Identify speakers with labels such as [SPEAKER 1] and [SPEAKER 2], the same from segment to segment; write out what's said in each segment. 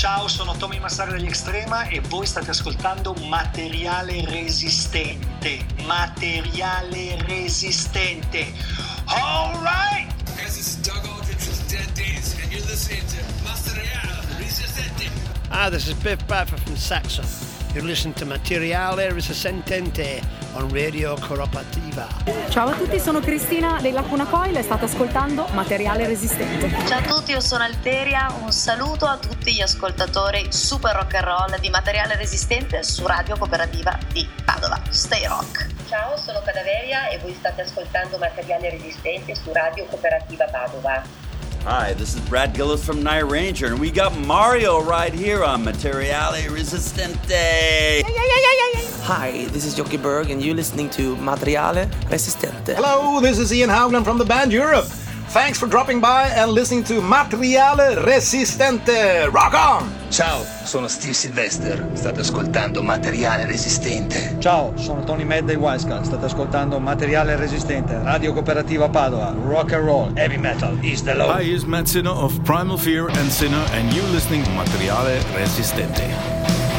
[SPEAKER 1] Ciao, sono Tommy Massaro degli Extrema e voi state ascoltando Materiale Resistente. Materiale Resistente. All right!
[SPEAKER 2] This is Doug Aldrich with Dead Days, and you're listening to Materiale Resistente.
[SPEAKER 3] This is Biff Buffer from Saxon. You're listening to Materiale Resistente on Radio Cooperativa.
[SPEAKER 4] Ciao a tutti, sono Cristina dei Lacuna Coil e state ascoltando Materiale Resistente.
[SPEAKER 5] Ciao a tutti, io sono Alteria, un saluto a tutti gli ascoltatori super rock and roll di Materiale Resistente su Radio Cooperativa di Padova. Stay rock!
[SPEAKER 6] Ciao, sono Cadaveria e voi state ascoltando Materiale Resistente su Radio Cooperativa Padova.
[SPEAKER 7] Hi, this is Brad Gillis from Night Ranger, and we got Mario right here on Materiale Resistente.
[SPEAKER 8] Hi, this is Jockey Berg, and you're listening to Materiale Resistente.
[SPEAKER 9] Hello, this is Ian Howland from the band Europe. Thanks for dropping by and listening to Materiale Resistente. Rock on!
[SPEAKER 10] Ciao, sono Steve Sylvester. State ascoltando Materiale Resistente.
[SPEAKER 11] Ciao, sono Tony Matt dei Wisecat. State ascoltando Materiale Resistente. Radio Cooperativa Padova. Rock and roll, heavy metal is the law.
[SPEAKER 12] Hi, is Matt Sinner of Primal Fear and Sinner, and you're listening to Materiale Resistente.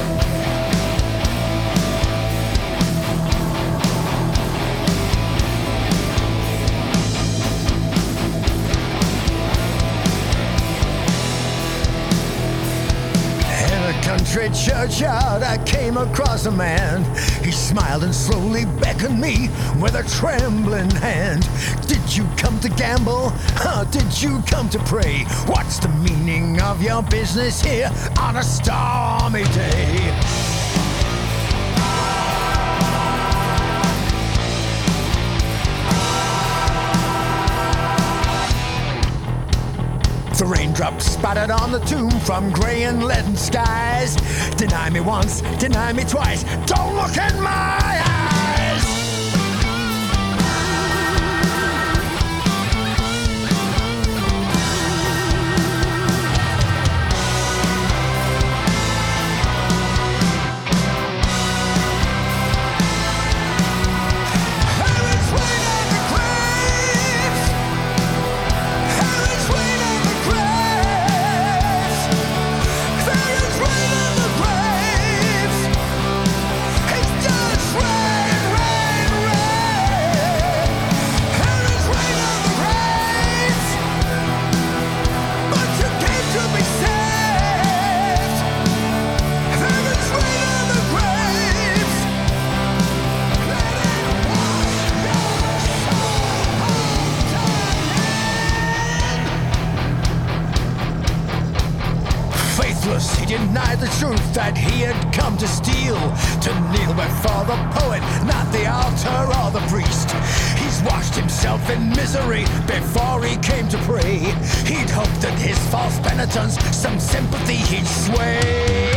[SPEAKER 13] Country churchyard, I came across a man. He smiled and slowly beckoned me with a trembling hand. Did you come to gamble? Did you come to pray? What's the meaning of your business here on a stormy day? The raindrops spattered on the tomb from grey and leaden skies. Deny me once, deny me twice, don't look in my eyes. He denied the truth that he had come to steal, to kneel before the poet, not the altar or the priest. He's washed himself in misery before he came to pray. He'd hoped that his false penitence, some sympathy he'd sway.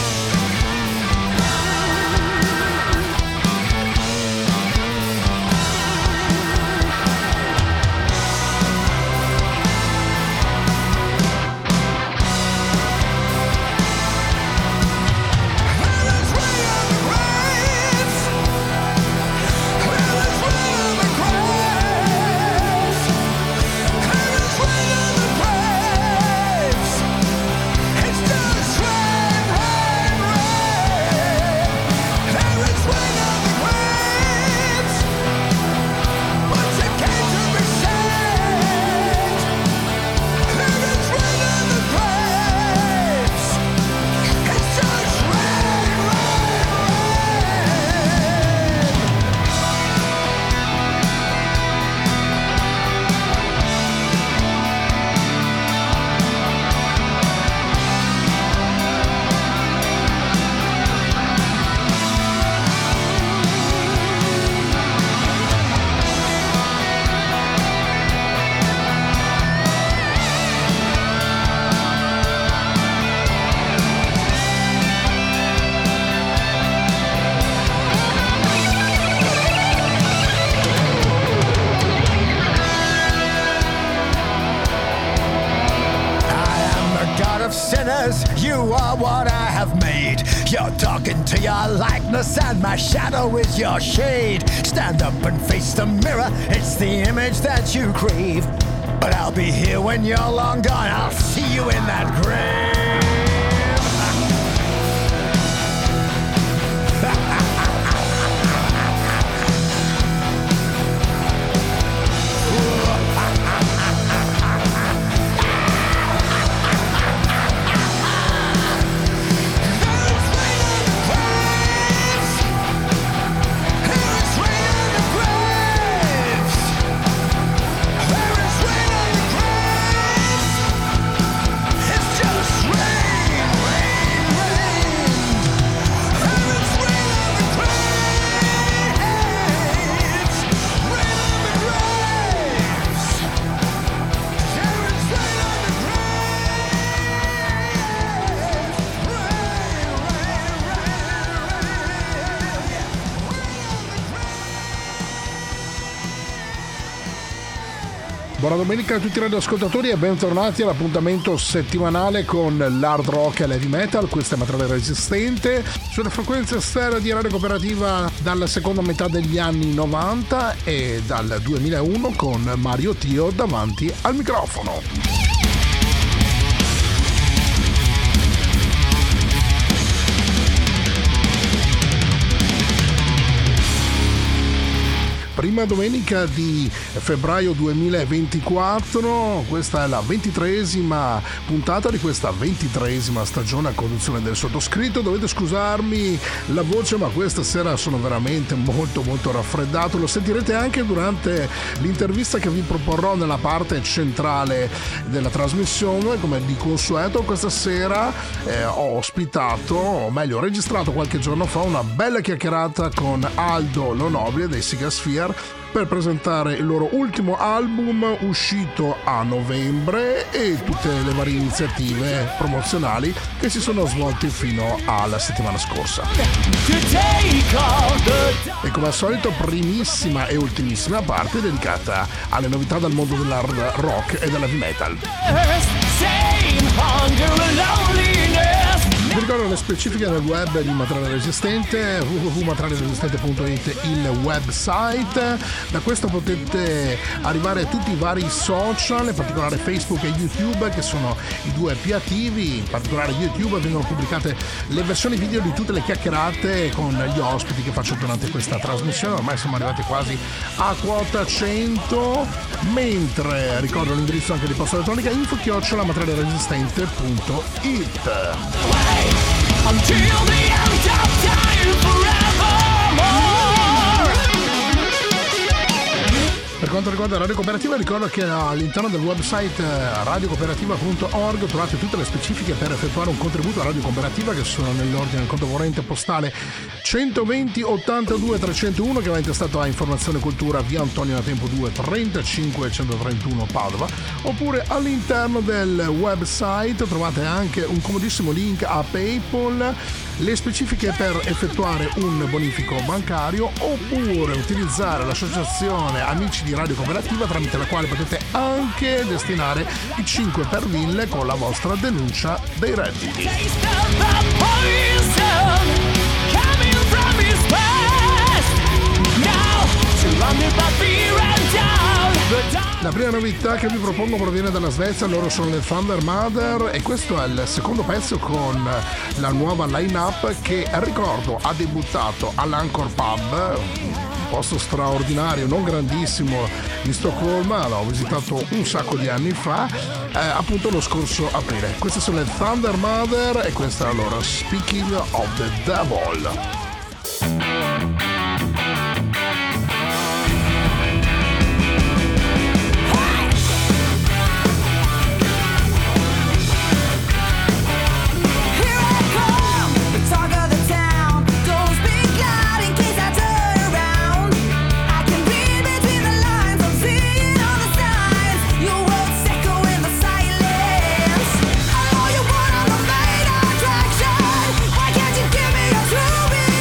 [SPEAKER 13] You are what I have made. You're talking to your likeness and my shadow is your shade. Stand up and face the mirror, it's the image that you crave. But I'll be here when you're long gone, I'll see you in that grave.
[SPEAKER 14] Buona domenica a tutti i radioascoltatori e bentornati all'appuntamento settimanale con l'hard rock e l'heavy metal. Questo è Materiale Resistente sulle frequenze stereo di Radio Cooperativa dalla seconda metà degli anni 90 e dal 2001 con Mario Tio davanti al microfono. Prima domenica di febbraio 2024, questa è la 23esima puntata di questa 23esima stagione a conduzione del sottoscritto. Dovete scusarmi la voce, ma questa sera sono veramente molto raffreddato. Lo sentirete anche durante l'intervista che vi proporrò nella parte centrale della trasmissione. Come di consueto, questa sera ho ospitato, o meglio ho registrato qualche giorno fa, una bella chiacchierata con Aldo Lonobile dei Sigasphere per presentare il loro ultimo album uscito a novembre e tutte le varie iniziative promozionali che si sono svolte fino alla settimana scorsa. E come al solito primissima e ultimissima parte dedicata alle novità dal mondo dell'hard rock e dell'heavy metal. Vi ricordo le specifiche del web di Materiale Resistente, www.materialeresistente.it, il website. Da questo potete arrivare a tutti i vari social, in particolare Facebook e YouTube, che sono i due più attivi. In particolare YouTube vengono pubblicate le versioni video di tutte le chiacchierate con gli ospiti che faccio durante questa trasmissione. Ormai siamo arrivati quasi a quota 100, mentre ricordo l'indirizzo anche di posta elettronica info@materialeresistente.it. Until the end of time forevermore. Per quanto riguarda Radio Cooperativa, ricordo che all'interno del website radiocooperativa.org trovate tutte le specifiche per effettuare un contributo a Radio Cooperativa, che sono nell'ordine del conto corrente postale 120 82 301, che va intestato a Informazione e Cultura, via Antonio da Tempo 2 35 131 Padova. Oppure all'interno del website trovate anche un comodissimo link a PayPal, le specifiche per effettuare un bonifico bancario, oppure utilizzare l'associazione Amici di Radio Cooperativa, tramite la quale potete anche destinare i 5 per 1000 con la vostra denuncia dei redditi. La prima novità che vi propongo proviene dalla Svezia, loro sono le Thunder Mother e questo è il secondo pezzo con la nuova line-up che, ricordo, ha debuttato all'Anchor Pub, un posto straordinario, non grandissimo, in Stoccolma. L'ho visitato un sacco di anni fa, appunto lo scorso aprile. Queste sono le Thunder Mother e questa è la loro Speaking of the Devil.
[SPEAKER 15] Why can't you give me a true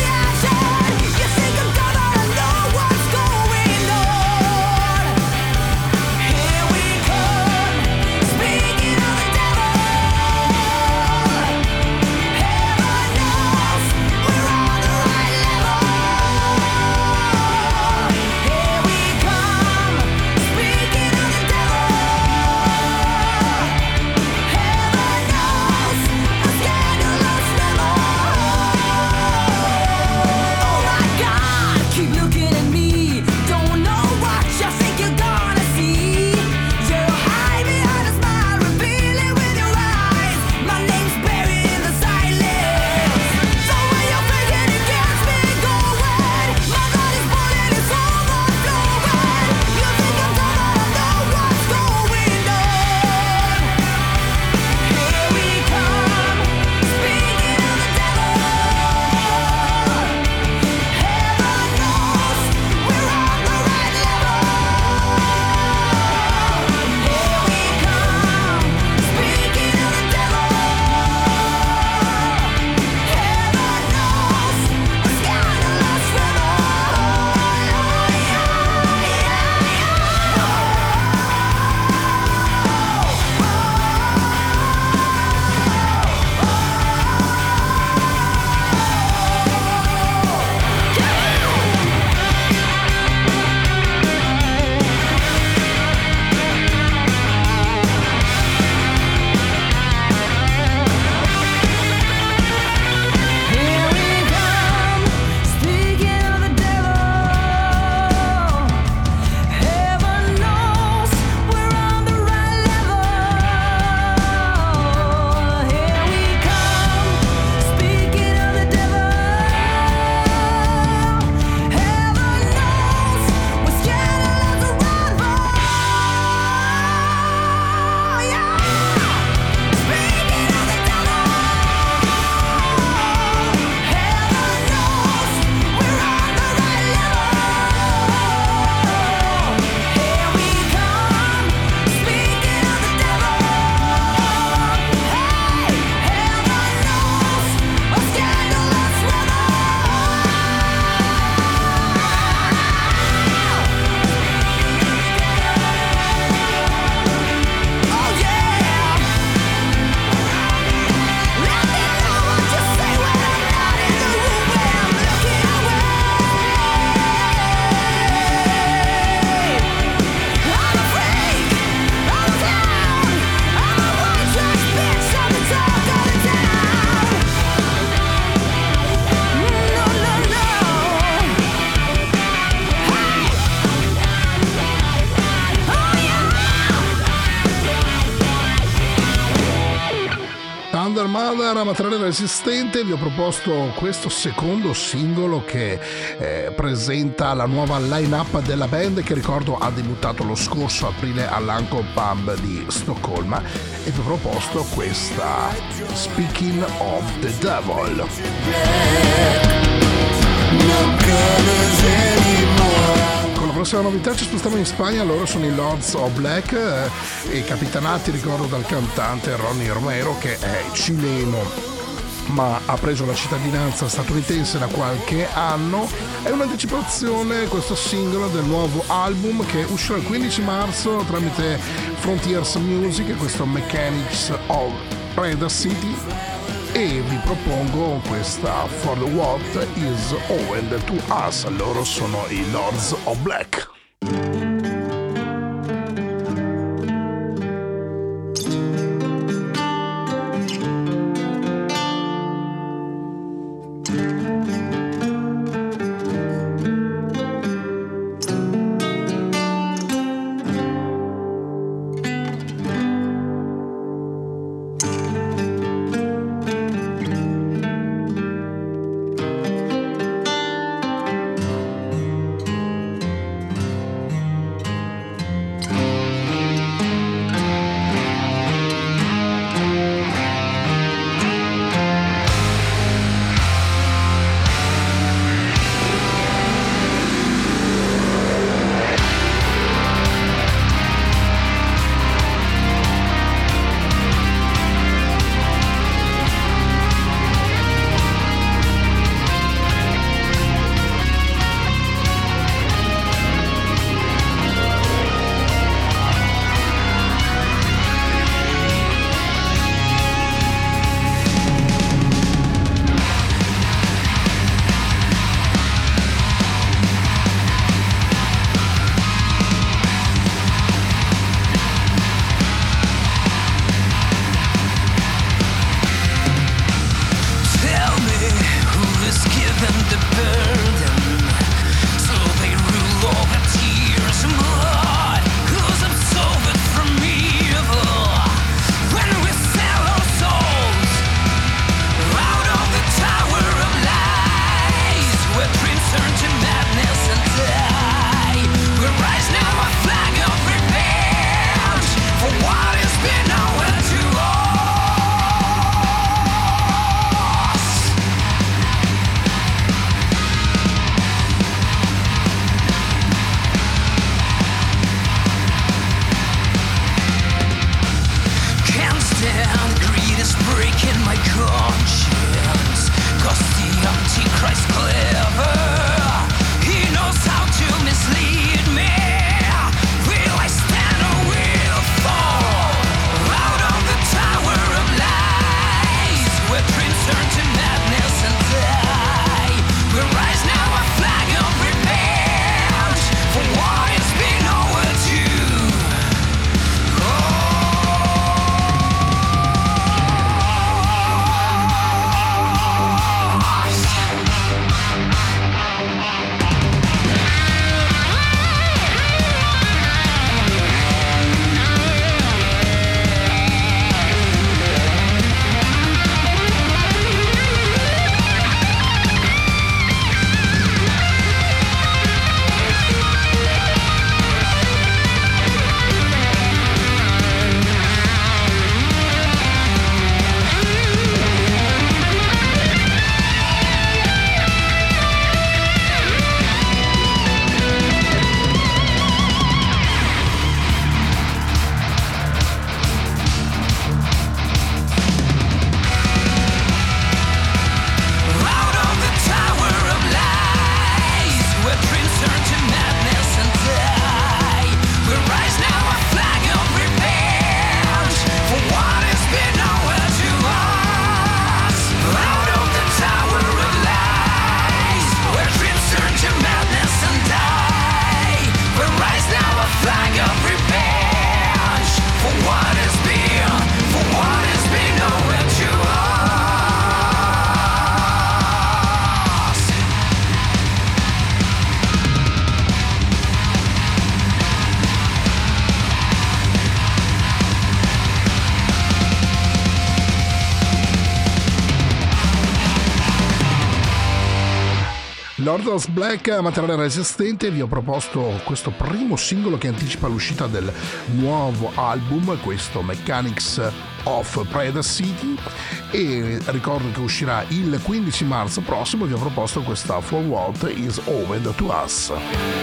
[SPEAKER 14] Under Mother a Materiale Resistente. Vi ho proposto questo secondo singolo che presenta la nuova line-up della band, che ricordo ha debuttato lo scorso aprile all'Anchor Pub di Stoccolma, e vi ho proposto questa Speaking of the Devil. Con la prossima novità ci spostiamo in Spagna. Loro sono i Lords of Black, e capitanati, ricordo, dal cantante Ronnie Romero, che è cileno ma ha preso la cittadinanza statunitense da qualche anno. È un'anticipazione, questo singolo, del nuovo album che uscirà il 15 marzo tramite Frontiers Music, questo Mechanics of Radar City, e vi propongo questa For the What Is Owed to Us. Loro sono i Lords of Black. Lordos Black, materiale resistente. Vi ho proposto questo primo singolo che anticipa l'uscita del nuovo album, questo Mechanics of Preda City, e ricordo che uscirà il 15 marzo prossimo. Vi ho proposto questa For What Is Owed to Us.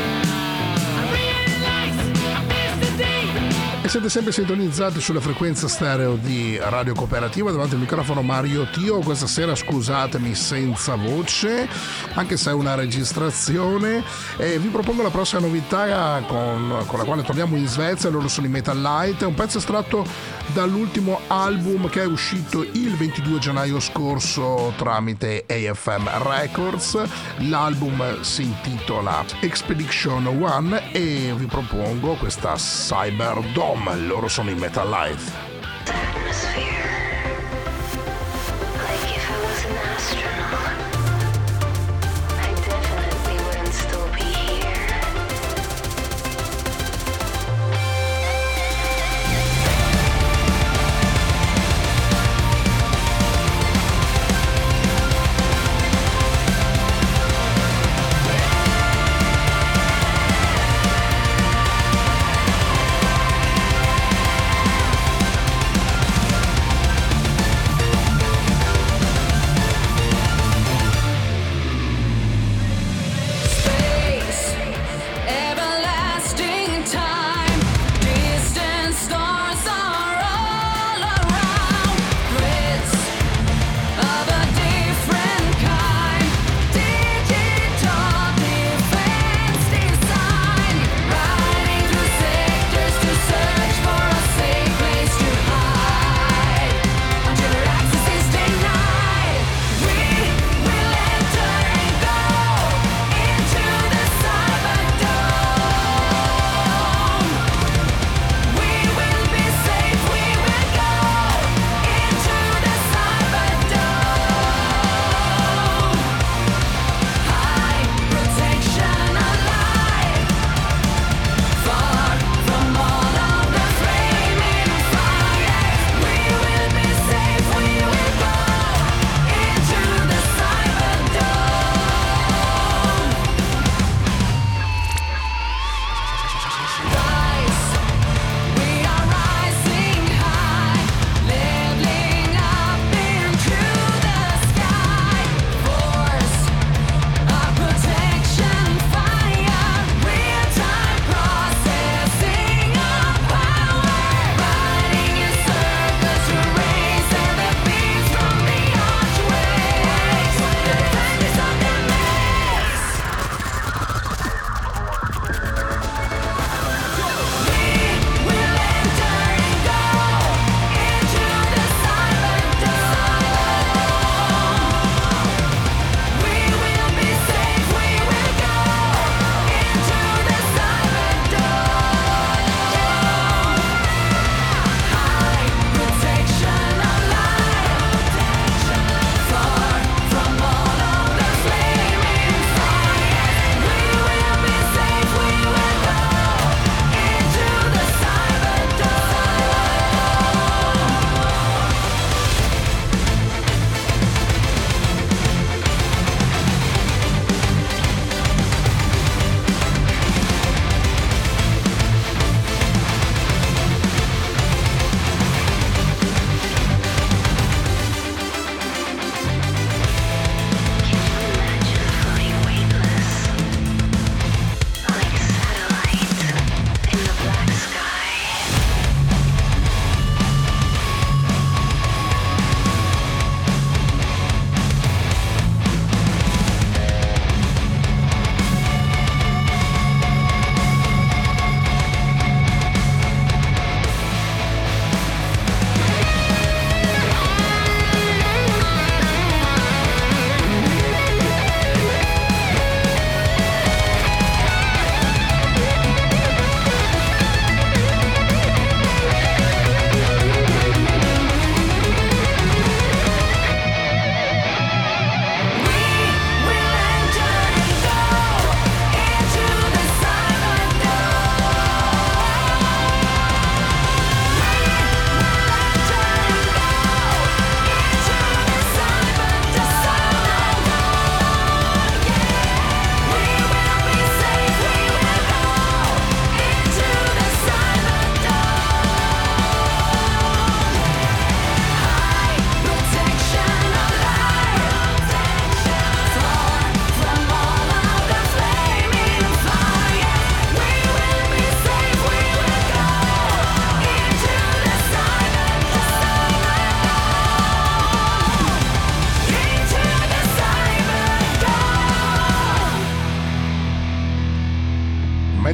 [SPEAKER 14] E siete sempre sintonizzati sulle frequenze stereo di Radio Cooperativa. Davanti al microfono Mario Tio. Questa sera scusatemi senza voce, anche se è una registrazione, e vi propongo la prossima novità con la quale torniamo in Svezia. Loro sono i Metal Light, un pezzo estratto dall'ultimo album che è uscito il 22 gennaio scorso tramite AFM Records. L'album si intitola Expedition One e vi propongo questa Cyber Dome. Loro sono i Metal Light.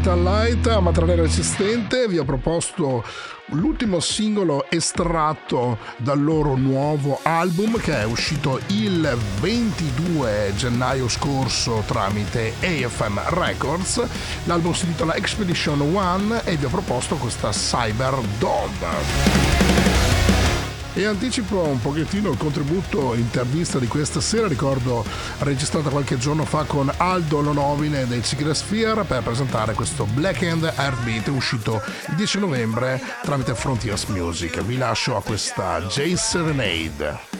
[SPEAKER 14] Metal Light a Materiale Resistente. Vi ho proposto l'ultimo singolo estratto dal loro nuovo album che è uscito il 22 gennaio scorso tramite AFM Records. L'album si intitola Expedition One e vi ho proposto questa Cyber Dome. E anticipo un pochettino il contributo intervista di questa sera, ricordo registrata qualche giorno fa con Aldo Lonovine dei Secret Sphere per presentare questo Black End Heartbeat uscito il 10 novembre tramite Frontiers Music. Vi lascio a questa J Serenade.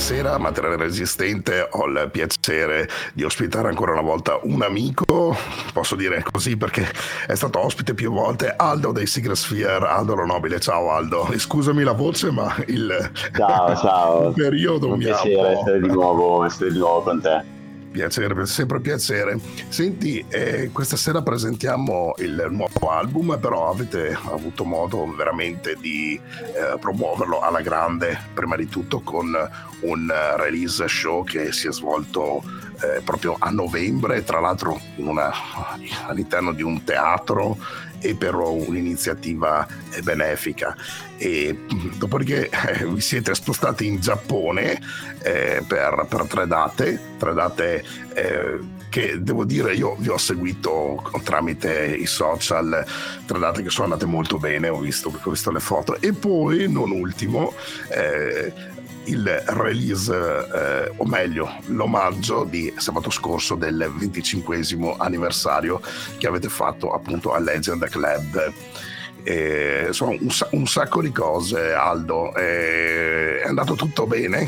[SPEAKER 14] sera a Materiale Resistente ho il piacere di ospitare ancora una volta un amico, posso dire così perché è stato ospite più volte, Aldo dei Secret Sphere. Aldo Lonobile, ciao Aldo, e scusami la voce ma il periodo mi ha
[SPEAKER 15] piacere essere di nuovo con te.
[SPEAKER 14] Piacere, sempre piacere. Senti, questa sera presentiamo il nuovo album, però avete avuto modo veramente di promuoverlo alla grande, prima di tutto con un release show che si è svolto proprio a novembre, tra l'altro all'interno di un teatro e per un'iniziativa benefica. E dopodiché vi siete spostati in Giappone per tre date che devo dire io vi ho seguito tramite i social, 3 date che sono andate molto bene, ho visto le foto. E poi non ultimo il release, o meglio l'omaggio di sabato scorso del 25esimo anniversario che avete fatto appunto a Legend Club. Sono un sacco di cose, Aldo. È andato tutto bene?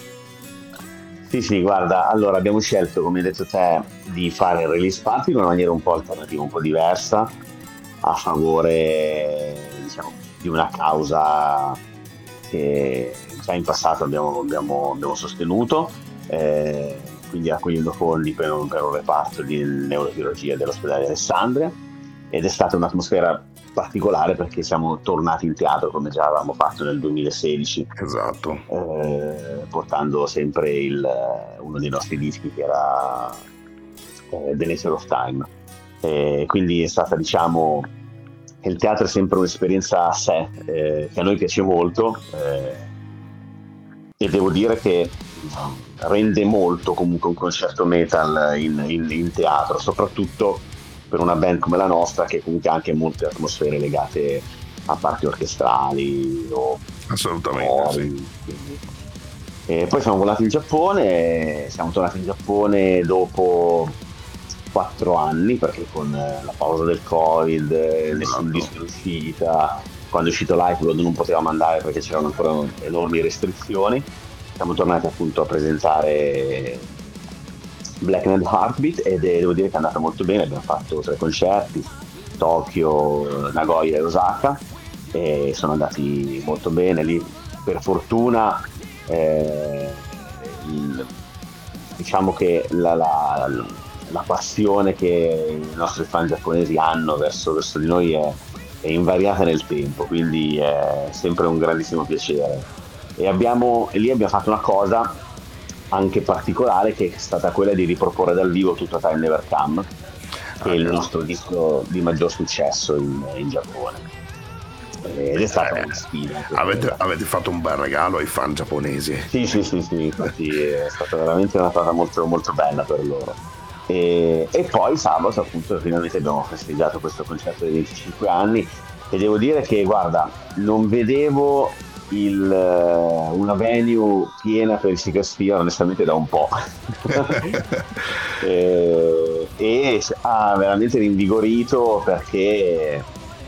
[SPEAKER 15] Sì, guarda, allora abbiamo scelto, come hai detto te, di fare il release party in una maniera un po' alternativa, un po' diversa, a favore, diciamo, di una causa che già in passato abbiamo sostenuto, quindi raccogliendo fondi per un reparto di neurochirurgia dell'ospedale di Alessandria, ed è stata un'atmosfera particolare perché siamo tornati in teatro come già avevamo fatto nel 2016.
[SPEAKER 14] Esatto.
[SPEAKER 15] Portando sempre uno dei nostri dischi che era The Nature of Time. Quindi è stata, diciamo, il teatro è sempre un'esperienza a sé, che a noi piace molto, e devo dire che rende molto comunque un concerto metal in teatro, soprattutto per una band come la nostra, che comunque ha anche molte atmosfere legate a parti orchestrali o
[SPEAKER 14] assolutamente sì.
[SPEAKER 15] E poi siamo tornati in Giappone dopo 4 anni, perché con la pausa del Covid, nessun disco in uscita, quando è uscito Lifeblood non potevamo andare perché c'erano ancora enormi restrizioni. Siamo tornati appunto a presentare Blackened Heartbeat e devo dire che è andata molto bene. Abbiamo fatto 3 concerti, Tokyo, Nagoya e Osaka, e sono andati molto bene. Lì per fortuna diciamo che la passione che i nostri fan giapponesi hanno verso di noi è invariata nel tempo, quindi è sempre un grandissimo piacere. E lì abbiamo fatto una cosa anche particolare, che è stata quella di riproporre dal vivo Tutto Time Never Come, che è il nostro disco di maggior successo in Giappone, ed è stata una sfida.
[SPEAKER 14] Avete fatto un bel regalo ai fan giapponesi.
[SPEAKER 15] Sì, infatti è stata veramente una cosa molto, molto bella per loro. E poi sabato appunto finalmente abbiamo festeggiato questo concerto dei 25 anni, e devo dire che, guarda, non vedevo una venue piena per il Secret Sphere onestamente da un po'. e ha veramente rinvigorito, perché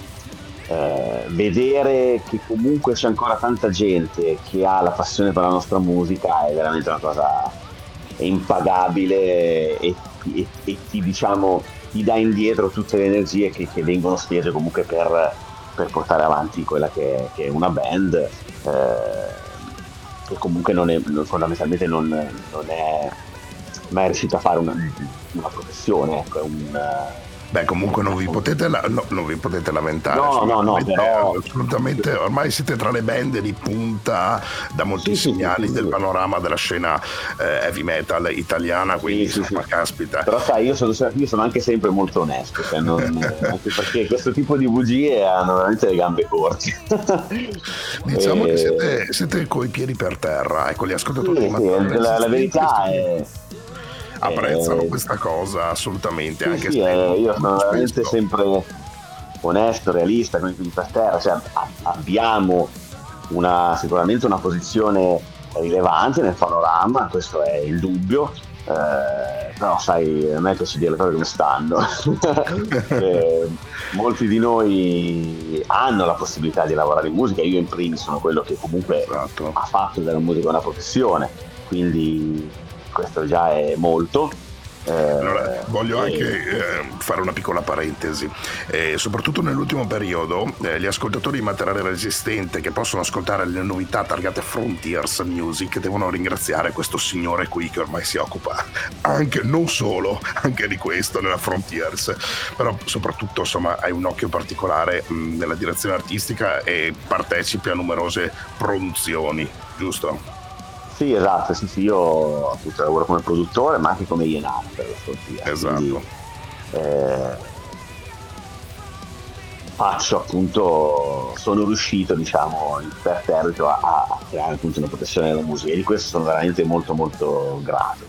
[SPEAKER 15] vedere che comunque c'è ancora tanta gente che ha la passione per la nostra musica è veramente una cosa impagabile, e ti dà indietro tutte le energie che vengono spese comunque per portare avanti quella che è una band che comunque fondamentalmente non è mai riuscita a fare una professione, ecco, è
[SPEAKER 14] Beh, comunque non vi potete lamentare.
[SPEAKER 15] No, però
[SPEAKER 14] assolutamente, ormai siete tra le band di punta da moltissimi anni del panorama della scena heavy metal italiana, quindi caspita.
[SPEAKER 15] Però sai, io sono anche sempre molto onesto, cioè anche perché questo tipo di bugie hanno veramente le gambe corte.
[SPEAKER 14] Diciamo che siete coi piedi per terra, ecco, gli ascoltatori
[SPEAKER 15] la verità è
[SPEAKER 14] apprezzano questa cosa assolutamente, anche se
[SPEAKER 15] io sono veramente sempre onesto, realista, con i piedi per terra, cioè abbiamo sicuramente una posizione rilevante nel panorama, questo è il dubbio, però sai, a me piace dire le cose come stanno. Molti di noi hanno la possibilità di lavorare in musica, io in primis sono quello che comunque ha fatto della musica una professione, quindi questo già è molto.
[SPEAKER 16] Allora, voglio anche fare una piccola parentesi, soprattutto nell'ultimo periodo gli ascoltatori di materiale resistente che possono ascoltare le novità targate Frontiers Music devono ringraziare questo signore qui che ormai si occupa anche, non solo, anche di questo nella Frontiers, però soprattutto insomma hai un occhio particolare nella direzione artistica e partecipi a numerose produzioni, giusto?
[SPEAKER 15] Sì, esatto, sì, io appunto lavoro come produttore ma anche come A&R per la Frontier.
[SPEAKER 16] Esatto.
[SPEAKER 15] Quindi, faccio appunto, sono riuscito diciamo imperterrito a creare appunto una professione della musica e di questo sono veramente molto molto grato.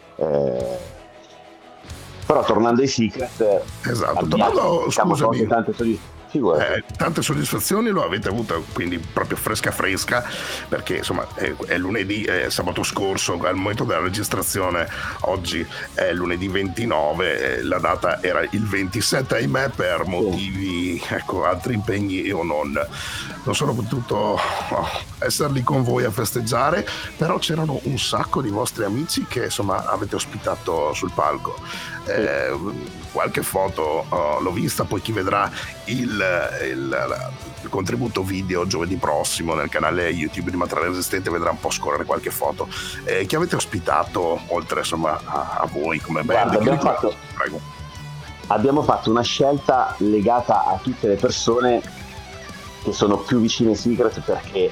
[SPEAKER 15] Però tornando ai Secret,
[SPEAKER 16] esatto,
[SPEAKER 15] scusami,
[SPEAKER 16] tante soddisfazioni lo avete avuto, quindi proprio fresca perché insomma è lunedì, sabato scorso al momento della registrazione, oggi è lunedì 29, la data era il 27, ahimè per motivi, ecco, altri impegni io non sono potuto essere lì con voi a festeggiare, però c'erano un sacco di vostri amici che insomma avete ospitato sul palco. Qualche foto l'ho vista, poi chi vedrà il contributo video giovedì prossimo nel canale YouTube di Materiale Resistente vedrà un po' scorrere qualche foto. Chi avete ospitato oltre insomma a voi come band?
[SPEAKER 15] Abbiamo fatto una scelta legata a tutte le persone che sono più vicine ai Secret perché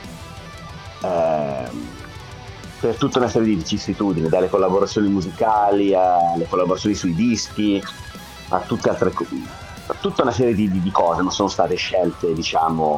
[SPEAKER 15] per tutta una serie di vicissitudini, dalle collaborazioni musicali alle collaborazioni sui dischi, a tutta una serie di cose, non sono state scelte diciamo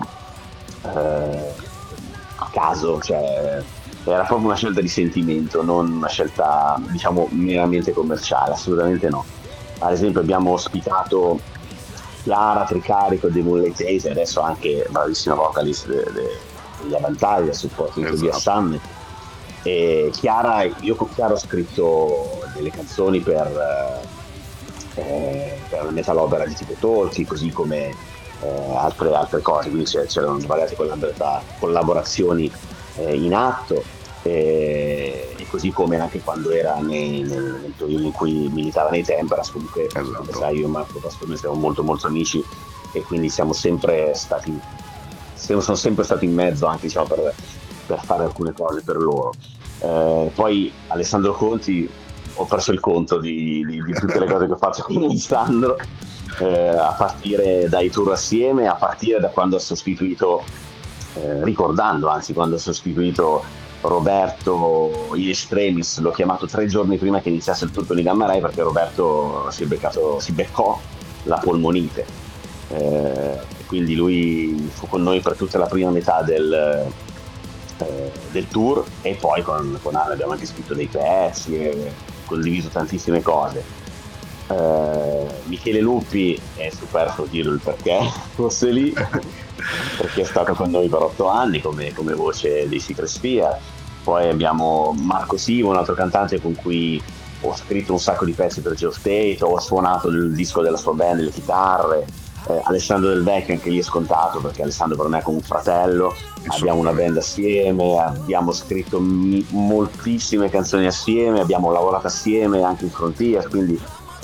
[SPEAKER 15] a caso, cioè era proprio una scelta di sentimento, non una scelta diciamo meramente commerciale, assolutamente no. Ad esempio abbiamo ospitato Chiara Tricarico dei Moonlight Haze e adesso anche bravissima vocalist degli Avantaglia, supporto di Assamme. E io con Chiara ho scritto delle canzoni per la metal opera di tipo Talkie, così come altre cose, quindi c'erano svariate collaborazioni in atto, e così come anche quando era nel periodo in cui militava nei Temperas, comunque come sai io e Marco Pastorino siamo molto molto amici e quindi sono sempre stato in mezzo anche diciamo per fare alcune cose per loro. Poi Alessandro Conti, ho perso il conto di tutte le cose che faccio con Alessandro, a partire dai tour assieme, a partire da quando ho sostituito quando ho sostituito Roberto in extremis, l'ho chiamato 3 giorni prima che iniziasse il tour con i Gamma Ray perché Roberto si beccò la polmonite, quindi lui fu con noi per tutta la prima metà del tour e poi con Anna abbiamo anche scritto dei pezzi e condiviso tantissime cose. Michele Lupi è superfluo dire il perché fosse lì perché è stato con noi per 8 anni come voce dei Secret Sphere. Poi abbiamo Marco Sivo, un altro cantante con cui ho scritto un sacco di pezzi per Geoff Tate, ho suonato il disco della sua band, le chitarre. Alessandro Del Vecchio, anche lì è scontato perché Alessandro per me è come un fratello, abbiamo una band assieme, abbiamo scritto moltissime canzoni assieme, abbiamo lavorato assieme anche in Frontier, quindi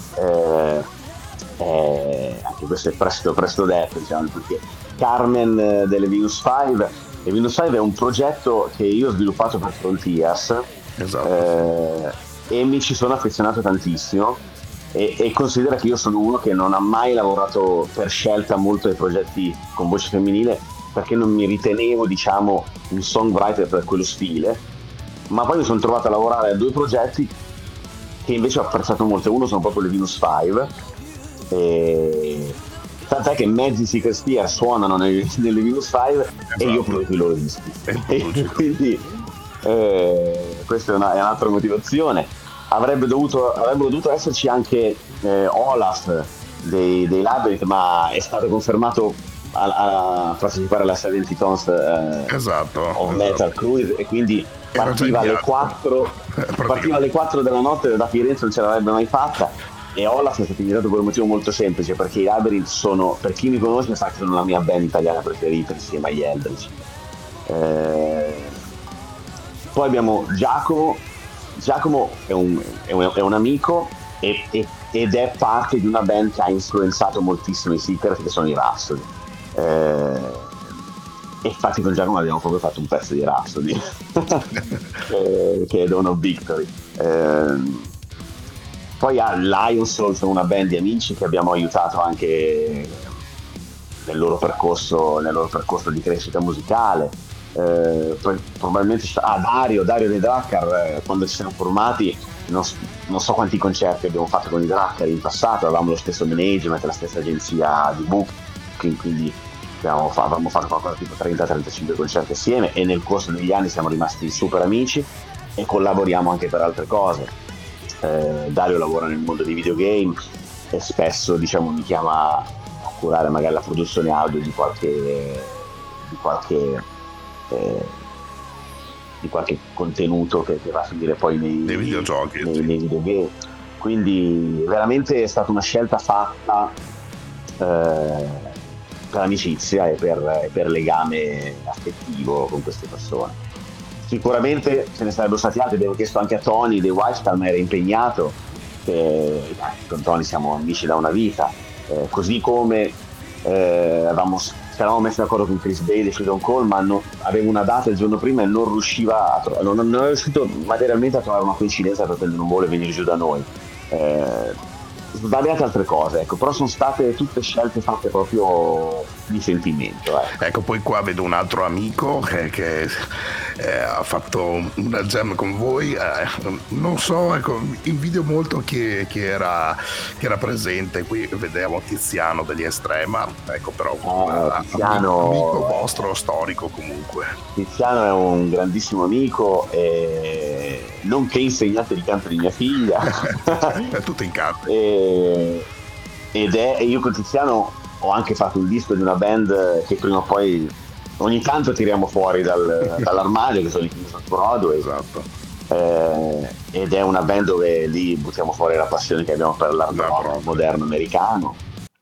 [SPEAKER 15] anche questo è presto detto, diciamo, perché Carmen delle Venus 5, e Venus 5 è un progetto che io ho sviluppato per Frontiers, e mi ci sono affezionato tantissimo. E considera che io sono uno che non ha mai lavorato per scelta molto ai progetti con voce femminile perché non mi ritenevo diciamo un songwriter per quello stile, ma poi mi sono trovato a lavorare a 2 progetti che invece ho apprezzato molto. Uno sono proprio le Venus 5, tant'è che mezzi Secret Sphere suonano nelle Venus 5 e io produco i loro dischi e quindi questa è un'altra motivazione. Avrebbero dovuto esserci anche Olaf dei Labyrinth, ma è stato confermato a partecipare alla 70 Tons of Metal Cruise e quindi partiva alle 4 della notte da Firenze, non ce l'avrebbe mai fatta. E Olaf è stato invitato per un motivo molto semplice, perché i Labyrinth sono, per chi mi conosce sa che sono la mia band italiana preferita insieme agli Eldritch. Poi abbiamo Giacomo Giacomo è un amico ed è parte di una band che ha influenzato moltissimo i Secret, che sono i Rhapsody. E infatti con Giacomo abbiamo proprio fatto un pezzo di Rhapsody che è Dawn of Victory. Poi a Lionsoul sono una band di amici che abbiamo aiutato anche nel loro percorso di crescita musicale. Probabilmente Dario dei Drakkar, quando ci siamo formati non so quanti concerti abbiamo fatto con i Drakkar in passato, avevamo lo stesso management, la stessa agenzia di booking, quindi avevamo fatto qualcosa tipo 30-35 concerti assieme, e nel corso degli anni siamo rimasti super amici e collaboriamo anche per altre cose. Dario lavora nel mondo dei videogame e spesso, diciamo, mi chiama a curare magari la produzione audio di qualche contenuto che va a finire poi nei videogiochi, nei videogame. Quindi veramente è stata una scelta fatta per amicizia e per legame affettivo con queste persone. Sicuramente ce ne sarebbero stati altri, abbiamo chiesto anche a Tony dei Whitestar, ma era impegnato, con Tony siamo amici da una vita, così come ci eravamo messi d'accordo con Chris Bay di Freedom Call, ma avevo una data il giorno prima e non riusciva non ero riuscito materialmente a trovare una coincidenza perché non vuole venire giù da noi. Svariate altre cose, ecco, però sono state tutte scelte fatte proprio di sentimento.
[SPEAKER 16] Ecco, poi qua vedo un altro amico che ha fatto una jam con voi, non so, ecco, invidio molto chi era presente. Qui vediamo Tiziano degli Estrema, ecco, però
[SPEAKER 15] Tiziano,
[SPEAKER 16] amico vostro storico comunque.
[SPEAKER 15] Tiziano è un grandissimo amico, nonché insegnante di canto di mia figlia.
[SPEAKER 16] È tutto in canto.
[SPEAKER 15] E io con Tiziano ho anche fatto un disco di una band che prima o poi ogni tanto tiriamo fuori dall'armadio, che sono i Kings of Broadway.
[SPEAKER 16] Esatto.
[SPEAKER 15] Ed è una band dove lì buttiamo fuori la passione che abbiamo per l'art rock moderno americano.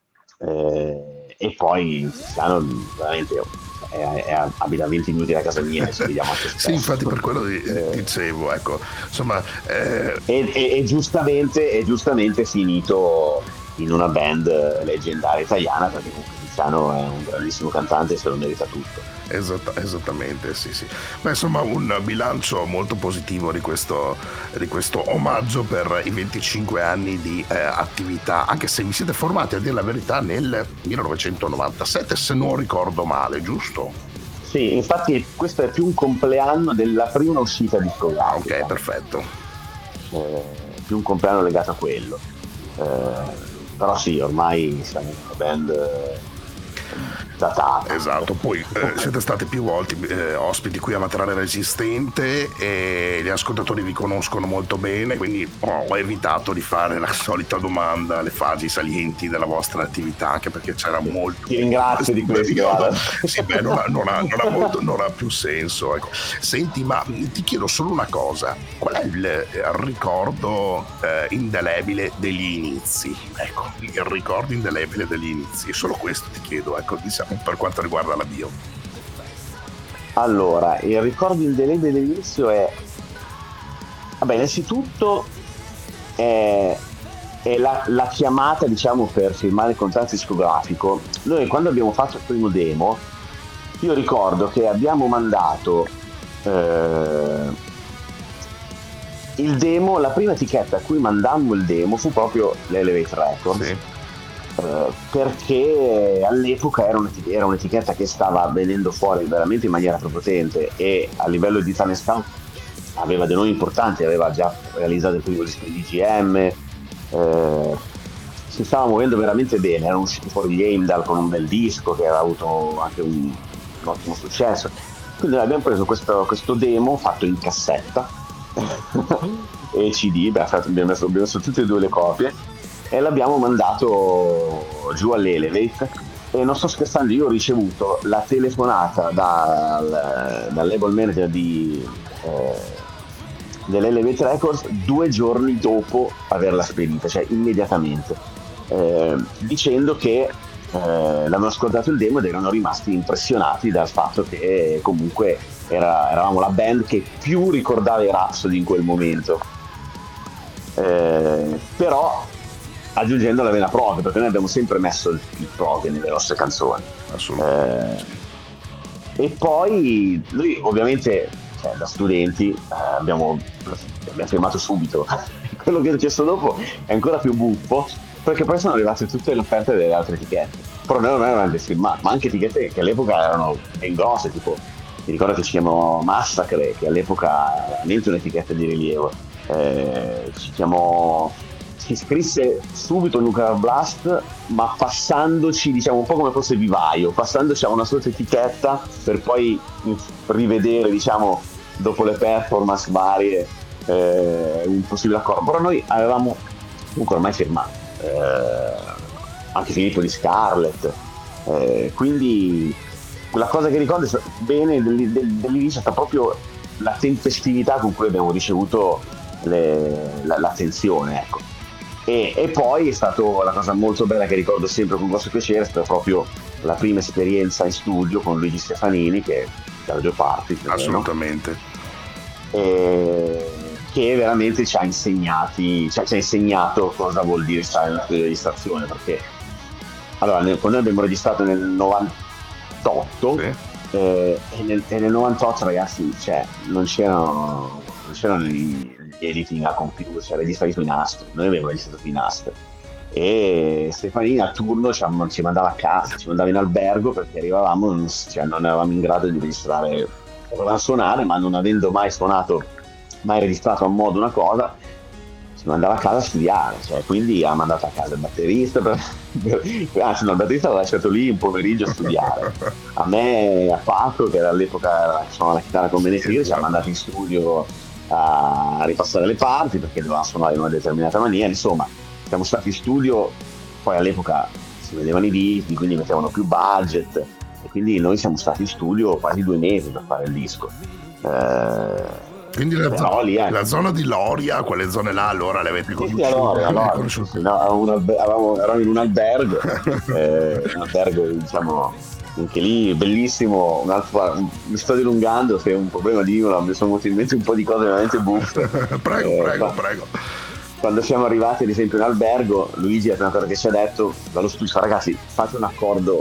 [SPEAKER 15] E poi Tiziano veramente abita 20 minuti da casa mia, ci vediamo anche spesso.
[SPEAKER 16] Sì, infatti per quello dicevo, ecco, insomma,
[SPEAKER 15] è giustamente finito in una band leggendaria italiana, perché comunque Tiziano è un grandissimo cantante e se lo merita tutto.
[SPEAKER 16] Esattamente, sì. Ma insomma un bilancio molto positivo di questo omaggio per i 25 anni di attività, anche se vi siete formati, a dire la verità, nel 1997, se non ricordo male, giusto?
[SPEAKER 15] Sì, infatti questo è più un compleanno della prima uscita discografica.
[SPEAKER 16] Ok, perfetto.
[SPEAKER 15] Più un compleanno legato a quello. Però sì, ormai siamo una band datata.
[SPEAKER 16] Esatto, poi siete stati più volte ospiti qui a Materiale Resistente e gli ascoltatori vi conoscono molto bene, quindi ho evitato di fare la solita domanda, le fasi salienti della vostra attività, anche perché c'era molto.
[SPEAKER 15] Ti ringrazio di questo.
[SPEAKER 16] Sì, beh, non ha più senso, ecco. Senti, ma ti chiedo solo una cosa: qual è il ricordo indelebile degli inizi? Ecco, il ricordo indelebile degli inizi, solo questo ti chiedo, ecco, diciamo, per quanto riguarda la bio.
[SPEAKER 15] Allora, il ricordo indelebile dell'inizio è, innanzitutto è la chiamata, diciamo, per firmare il contratto discografico. Noi quando abbiamo fatto il primo demo, io ricordo che abbiamo mandato il demo, la prima etichetta a cui mandammo il demo fu proprio l'Elevate Records. Sì. Perché all'epoca era un'etichetta che stava venendo fuori veramente in maniera prepotente e a livello di talent scout aveva dei nomi importanti, aveva già realizzato il primo disco di DGM, si stava muovendo veramente bene, erano usciti fuori gli Heimdall con un bel disco che aveva avuto anche un ottimo successo, quindi noi abbiamo preso questo demo fatto in cassetta e CD, abbiamo messo tutte e due le copie e l'abbiamo mandato giù all'Elevate, e non sto scherzando, io ho ricevuto la telefonata dal label manager dell'Elevate Records 2 giorni dopo averla spedita, cioè immediatamente, dicendo che l'hanno ascoltato il demo ed erano rimasti impressionati dal fatto che comunque eravamo la band che più ricordava i Rhapsody in quel momento, però aggiungendo la vena prog, perché noi abbiamo sempre messo il prog nelle nostre canzoni. E poi noi ovviamente da studenti abbiamo firmato subito. Quello che è successo dopo è ancora più buffo, perché poi sono arrivate tutte le offerte delle altre etichette, però noi non avevamo firmato, ma anche etichette che all'epoca erano ben grosse, tipo mi ricordo che ci chiamò Massacre, che all'epoca era veramente un'etichetta di rilievo, si iscrisse subito Nuclear Blast, ma passandoci, diciamo, un po' come fosse Vivaio, passandoci a una sorta etichetta per poi rivedere, diciamo, dopo le performance varie, un possibile accordo. Però noi avevamo comunque ormai firmato anche Filippo di Scarlett, quindi la cosa che ricordo bene dell'inizio è stata proprio la tempestività con cui abbiamo ricevuto l'attenzione, ecco. E poi è stato la cosa molto bella che ricordo sempre con grosso piacere, è stata proprio la prima esperienza in studio con Luigi Stefanini, che è da Geoparty,
[SPEAKER 16] assolutamente,
[SPEAKER 15] che veramente ci ha insegnato cosa vuol dire stare nella studio di registrazione, perché allora quando noi abbiamo registrato nel 98 e nel 98, ragazzi, non c'erano gli editing a computer, c'era registrato in nastro, noi avevamo registrato in nastro, e Stefanini a turno ci mandava a casa, ci mandava in albergo, perché arrivavamo, non eravamo in grado di registrare, volevamo suonare, ma non avendo mai registrato a modo una cosa, ci mandava a casa a studiare, quindi ha mandato a casa il batterista, il batterista l'ha lasciato lì un pomeriggio a studiare, a me e a Paco, che era all'epoca suonava la chitarra con Benedetto, ci ha mandato in studio a ripassare le parti, perché dovevamo suonare in una determinata maniera. Insomma, siamo stati in studio, poi all'epoca si vedevano i dischi, quindi mettevano più budget, e quindi noi siamo stati in studio quasi 2 mesi per fare il disco.
[SPEAKER 16] Quindi la zona di Loria, quelle zone là, allora le avete conosciute?
[SPEAKER 15] Eravamo in un albergo, diciamo, anche lì bellissimo. Mi sto dilungando, se è un problema di Imola, mi sono venuto in mente un po' di cose veramente buffe.
[SPEAKER 16] prego.
[SPEAKER 15] Quando siamo arrivati ad esempio in albergo, Luigi è una cosa che ci ha detto dallo studio: ragazzi, fate un accordo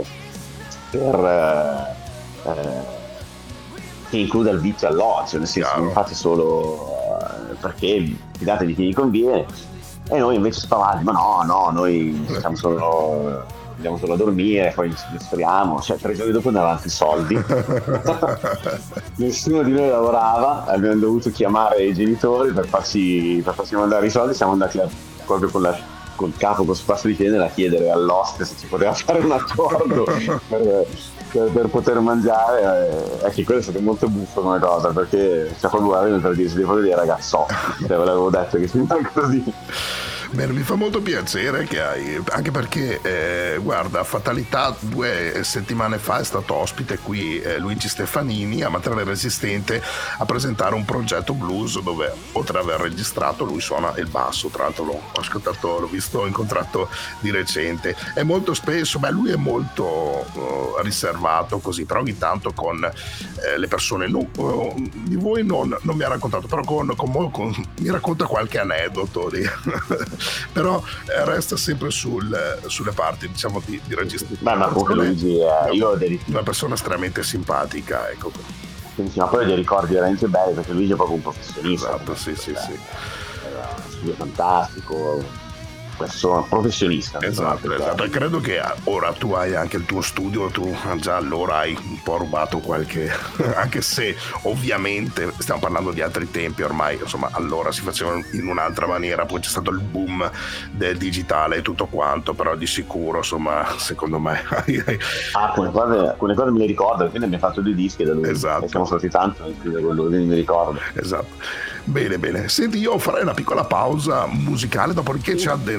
[SPEAKER 15] che includa il vitto e alloggio, nel senso, non fate solo perché fidatevi che gli conviene. E noi invece stavamo, ma no, noi andiamo solo a dormire, poi ci distriamo, 3 giorni dopo ne avevamo i soldi. Nessuno di noi lavorava, abbiamo dovuto chiamare i genitori per farci mandare i soldi. Siamo andati proprio col capo con spasso di cenere a chiedere all'oste se ci poteva fare un accordo per poter mangiare. Che quello è stato molto buffo come cosa, perché ci ha proprio per dire: devo dire ragazzo, ve l'avevo detto che si fa così.
[SPEAKER 16] Bene, mi fa molto piacere che hai, anche perché guarda, fatalità 2 settimane fa è stato ospite qui Luigi Stefanini a Materiale Resistente a presentare un progetto blues dove, oltre ad aver registrato, lui suona il basso. Tra l'altro l'ho ascoltato, l'ho visto, incontrato di recente. È molto spesso, lui è molto riservato così, però ogni tanto con le persone di voi non mi ha raccontato, però mi racconta qualche aneddoto però resta sempre sulle parti, diciamo, di registrazione.
[SPEAKER 15] Ma comunque Luigi io
[SPEAKER 16] una persona estremamente simpatica, ecco.
[SPEAKER 15] Quindi, ma poi ho dei ricordi veramente belli, perché Luigi è proprio un professionista.
[SPEAKER 16] Esatto, sì.
[SPEAKER 15] Era uno studio fantastico, professionista.
[SPEAKER 16] Esatto. E credo che ora tu hai anche il tuo studio, tu già allora hai un po' rubato qualche anche se ovviamente stiamo parlando di altri tempi ormai, insomma, allora si faceva in un'altra maniera, poi c'è stato il boom del digitale e tutto quanto, però di sicuro, insomma, secondo me
[SPEAKER 15] alcune cose me le ricordo, quindi abbiamo fatto 2 dischi da lui.
[SPEAKER 16] Esatto.
[SPEAKER 15] E siamo stati tanto in con lui, quindi mi ricordo.
[SPEAKER 16] Esatto. Bene. Senti, io farei una piccola pausa musicale, dopodiché ci addentriamo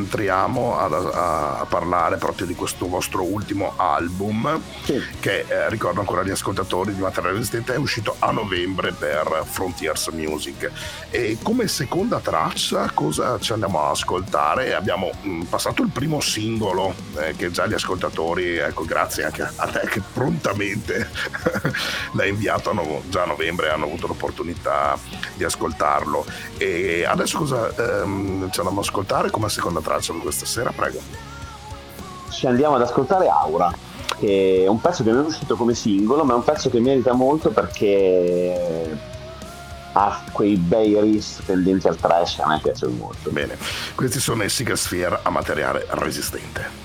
[SPEAKER 16] entriamo a parlare proprio di questo vostro ultimo album, che ricordo ancora agli ascoltatori di Materiale Resistente, è uscito a novembre per Frontiers Music. E come seconda traccia cosa ci andiamo a ascoltare? Abbiamo passato il primo singolo che già gli ascoltatori, ecco, grazie anche a te che prontamente l'hai inviato già a novembre, hanno avuto l'opportunità di ascoltarlo. E adesso cosa ci andiamo ad ascoltare come seconda traccia di questa sera? Prego.
[SPEAKER 15] Ci andiamo ad ascoltare Aura, che è un pezzo che non è uscito come singolo, ma è un pezzo che merita molto perché ha quei bei riff tendenti al trash, a me piace molto.
[SPEAKER 16] Bene, questi sono i Seeker Sphere a Materiale Resistente.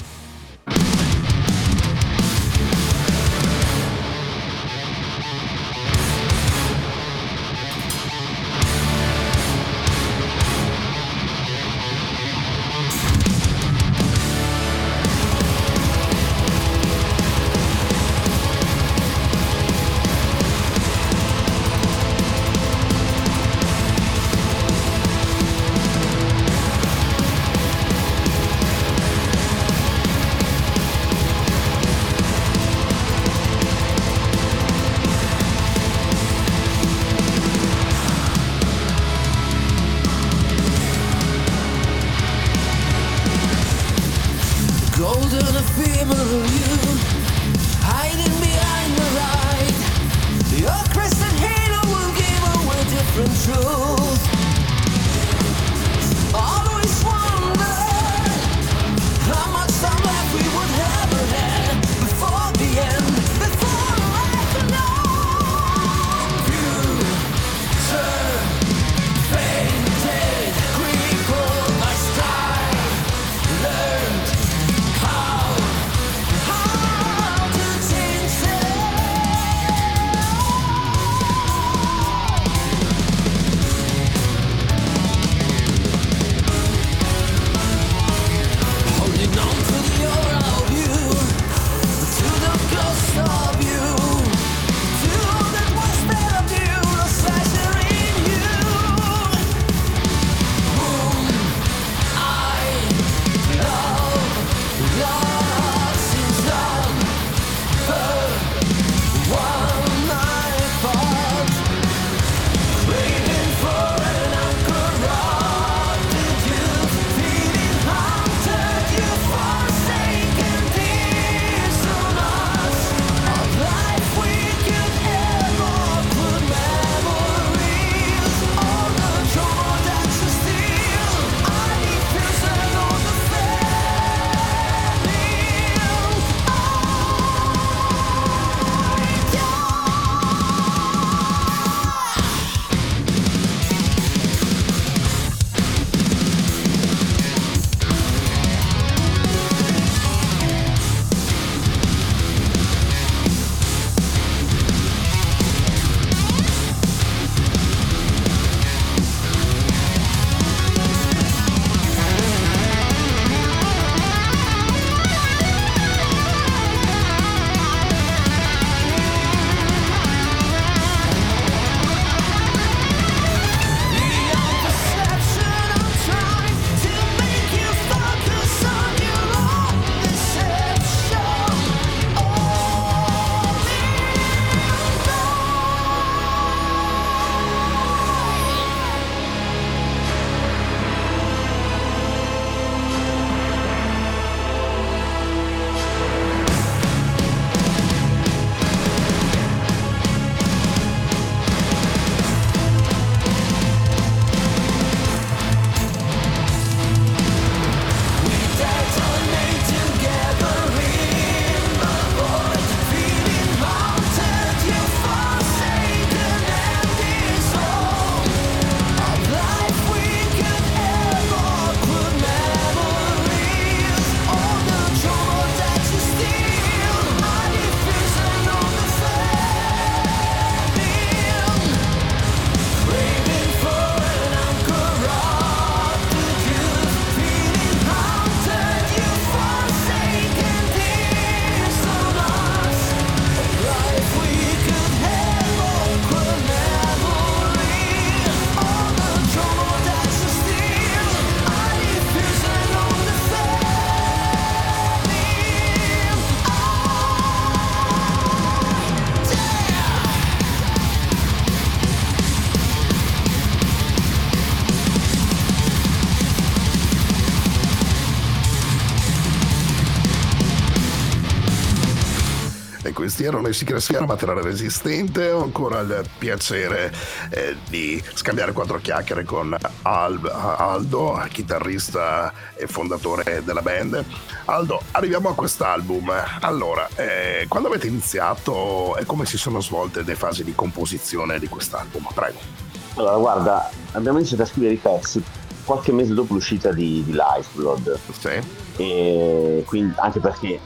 [SPEAKER 16] tastiera, noi si creschera materiale resistente. Ho ancora il piacere di scambiare 4 chiacchiere con Aldo, chitarrista e fondatore della band. Aldo, arriviamo a quest'album. Allora, quando avete iniziato e come si sono svolte le fasi di composizione di quest'album? Prego.
[SPEAKER 15] Allora, guarda, abbiamo iniziato a scrivere i pezzi qualche mese dopo l'uscita di Lifeblood.
[SPEAKER 16] Sì.
[SPEAKER 15] E quindi, anche perché,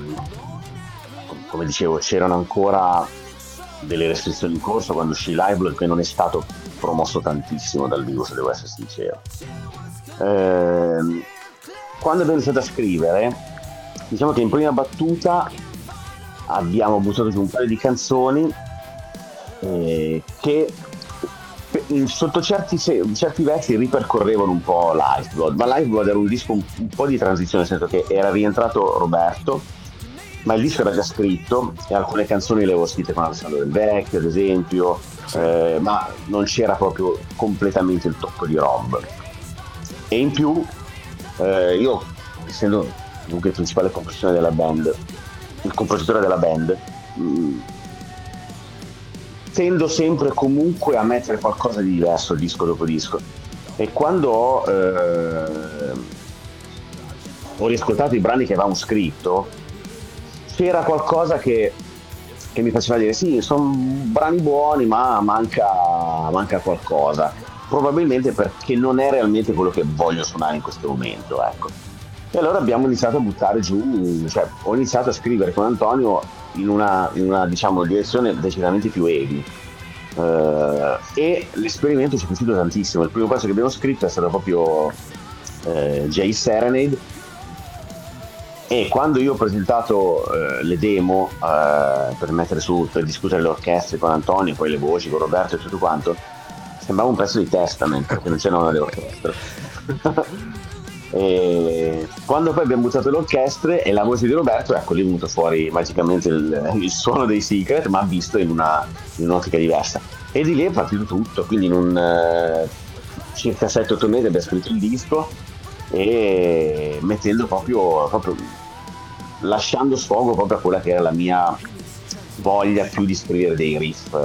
[SPEAKER 15] come dicevo, c'erano ancora delle restrizioni in corso quando uscì Lifeblood, che non è stato promosso tantissimo dal vivo, se devo essere sincero. Quando abbiamo iniziato a scrivere, diciamo che in prima battuta abbiamo buttato giù un paio di canzoni che sotto certi versi ripercorrevano un po' Lifeblood, ma Lifeblood era un disco un po' di transizione, nel senso che era rientrato Roberto, ma il disco era già scritto e alcune canzoni le avevo scritte con Alessandro Del Vecchio, ad esempio, ma non c'era proprio completamente il tocco di Rob. E in più io, essendo comunque il principale compositore della band, il compositore della band, tendo sempre comunque a mettere qualcosa di diverso disco dopo disco, e quando ho riascoltato i brani che avevamo scritto c'era qualcosa che mi faceva dire sì, sono brani buoni, ma manca qualcosa, probabilmente perché non è realmente quello che voglio suonare in questo momento, ecco. E allora abbiamo iniziato a buttare giù, cioè ho iniziato a scrivere con Antonio in una diciamo direzione decisamente più heavy, e l'esperimento ci è piaciuto tantissimo. Il primo pezzo che abbiamo scritto è stato proprio Jay Serenade, e quando io ho presentato le demo per discutere le orchestre con Antonio, poi le voci con Roberto e tutto quanto, sembrava un pezzo di Testament perché non c'erano le orchestre. E quando poi abbiamo buttato le orchestre e la voce di Roberto, ecco, lì è venuto fuori magicamente il suono dei Secret, ma visto in un'ottica diversa, e di lì è partito tutto. Quindi in circa 7-8 mesi abbiamo scritto il disco, e mettendo proprio lasciando sfogo proprio a quella che era la mia voglia più di scrivere dei riff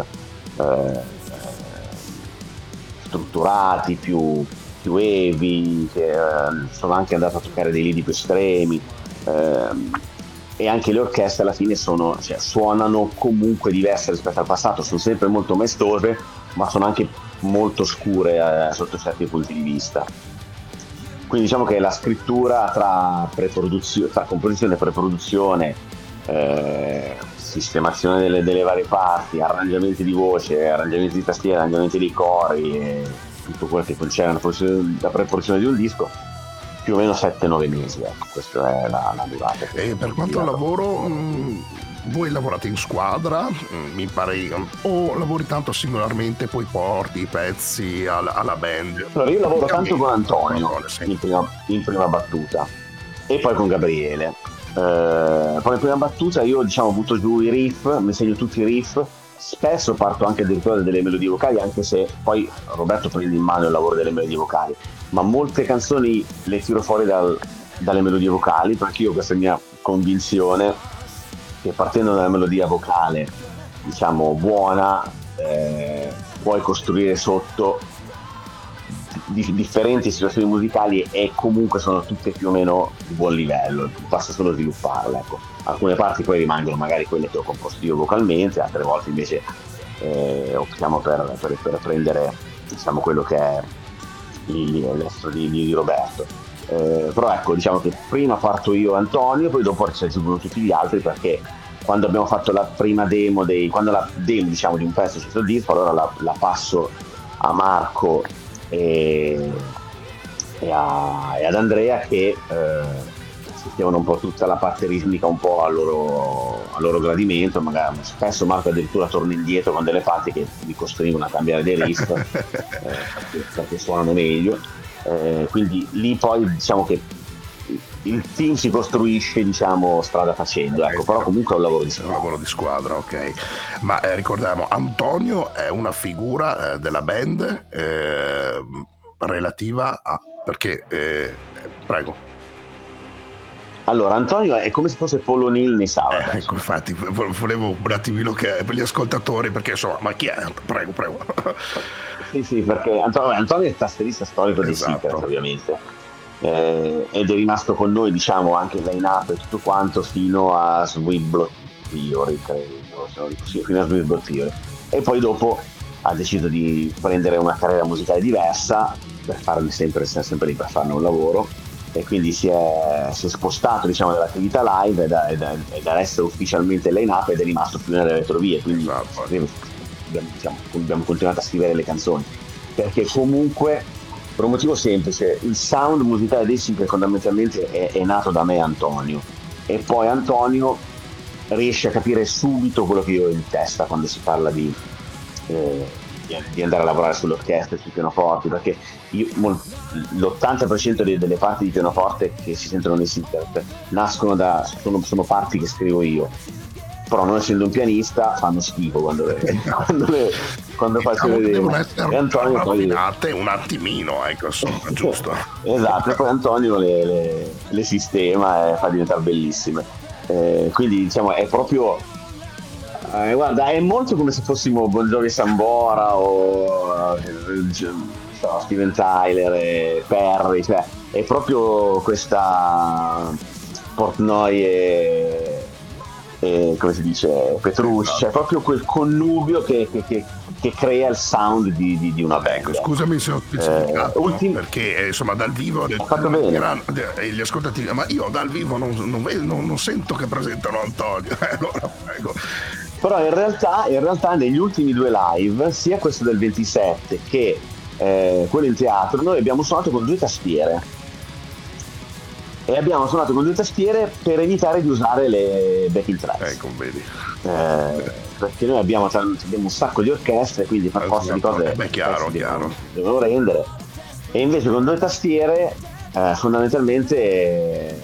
[SPEAKER 15] strutturati, più heavy, che sono anche andato a toccare dei lidi più estremi, e anche le orchestre alla fine suonano comunque diverse rispetto al passato, sono sempre molto maestose, ma sono anche molto scure sotto certi punti di vista. Quindi diciamo che la scrittura tra composizione e preproduzione, sistemazione delle varie parti, arrangiamenti di voce, arrangiamenti di tastiera, arrangiamenti dei cori e tutto quello che concerne la preproduzione di un disco, più o meno 7-9 mesi, ecco, questa è la durata.
[SPEAKER 16] E per quanto lavoro, voi lavorate in squadra, mi pare, o lavori tanto singolarmente, poi porti i pezzi alla band?
[SPEAKER 15] Allora, io lavoro tanto con Antonio, sì, in prima battuta, e poi con Gabriele. Poi in prima battuta io butto giù i riff, mi segno tutti i riff. Spesso parto anche addirittura delle melodie vocali, anche se poi Roberto prende in mano il lavoro delle melodie vocali, ma molte canzoni le tiro fuori dalle melodie vocali, perché io ho questa mia convinzione che partendo dalla melodia vocale buona, puoi costruire sotto differenti situazioni musicali, e comunque sono tutte più o meno di buon livello, basta solo svilupparle, ecco. Alcune parti poi rimangono magari quelle che ho composto io vocalmente, altre volte invece optiamo per prendere quello che è l'estro di Roberto, però ecco, che prima parto io e Antonio, poi dopo ci aggiungono tutti gli altri, perché quando abbiamo fatto la prima demo di un pezzo sul disco, allora la passo a Marco e ad Andrea, che sistemano un po' tutta la parte ritmica un po' a loro gradimento. Magari spesso Marco addirittura torna indietro con delle parti che mi costringono a cambiare dei riff perché suonano meglio, quindi lì poi che il team si costruisce strada facendo, ecco, però comunque è un lavoro di
[SPEAKER 16] squadra. Ok, ma ricordiamo, Antonio è una figura della band relativa a, perché prego.
[SPEAKER 15] Allora, Antonio è come se fosse Paul O'Neill nei Sabbath.
[SPEAKER 16] Ecco, infatti, volevo un attimino che per gli ascoltatori, perché insomma, ma chi è? Prego.
[SPEAKER 15] Sì, perché Antonio è il tastierista storico dei Seekers, ovviamente, ed è rimasto con noi, diciamo, anche in line-up e tutto quanto fino a Swiftblot Theory, credo, fino a Swiftblot Theory. E poi dopo ha deciso di prendere una carriera musicale diversa, per farne sempre lì per farne un lavoro, e quindi si è spostato, diciamo, dall'attività live e dall'essere ufficialmente line-up ed è rimasto più nelle retrovie, quindi abbiamo continuato a scrivere le canzoni, perché comunque per un motivo semplice: il sound musicale dei Seekers fondamentalmente è nato da me e Antonio, e poi Antonio riesce a capire subito quello che io ho in testa quando si parla di andare a lavorare sull'orchestra e sui pianoforti, perché l'80% delle parti di pianoforte che si sentono nei Seekers nascono sono parti che scrivo io, però non essendo un pianista fanno schifo quando faccio vedere.
[SPEAKER 16] Devono essere
[SPEAKER 15] Antonio
[SPEAKER 16] raffinate un attimino, ecco, insomma, giusto.
[SPEAKER 15] Esatto, e poi Antonio le sistema e fa diventare bellissime, quindi diciamo è proprio guarda, è molto come se fossimo Bon Jovi Sambora o Steven Tyler e Perry, cioè è proprio questa Portnoy e come si dice Petrucci, cioè proprio quel connubio che crea il sound di una band.
[SPEAKER 16] Ecco, scusami se ho specificato, perché insomma dal vivo gli ascoltativi, ma io dal vivo non sento che presentano Antonio, allora prego.
[SPEAKER 15] Però in realtà negli ultimi 2 live, sia questo del 27 che quello in teatro, noi abbiamo suonato con 2 tastiere, e abbiamo suonato con 2 tastiere per evitare di usare le backing tracks.
[SPEAKER 16] Ecco, vedi.
[SPEAKER 15] Perché noi abbiamo un sacco di orchestre, quindi per forza di cose
[SPEAKER 16] chiaro.
[SPEAKER 15] Devono rendere, e invece con 2 tastiere fondamentalmente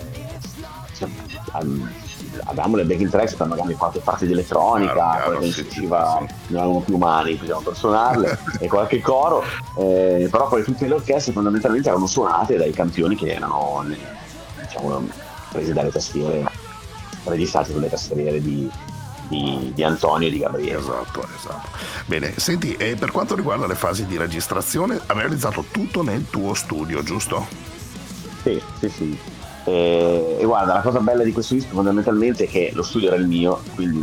[SPEAKER 15] avevamo le backing tracks per magari qualche parte di elettronica, poi non avevamo più mani per suonarle e qualche coro, però poi tutte le orchestre fondamentalmente erano suonate dai campioni che erano, diciamo, presi dalle tastiere, registrati sulle tastiere di Antonio e di Gabriele.
[SPEAKER 16] Esatto. Bene, senti, e per quanto riguarda le fasi di registrazione, hai realizzato tutto nel tuo studio, giusto?
[SPEAKER 15] Sì. E guarda, la cosa bella di questo disco fondamentalmente è che lo studio era il mio, quindi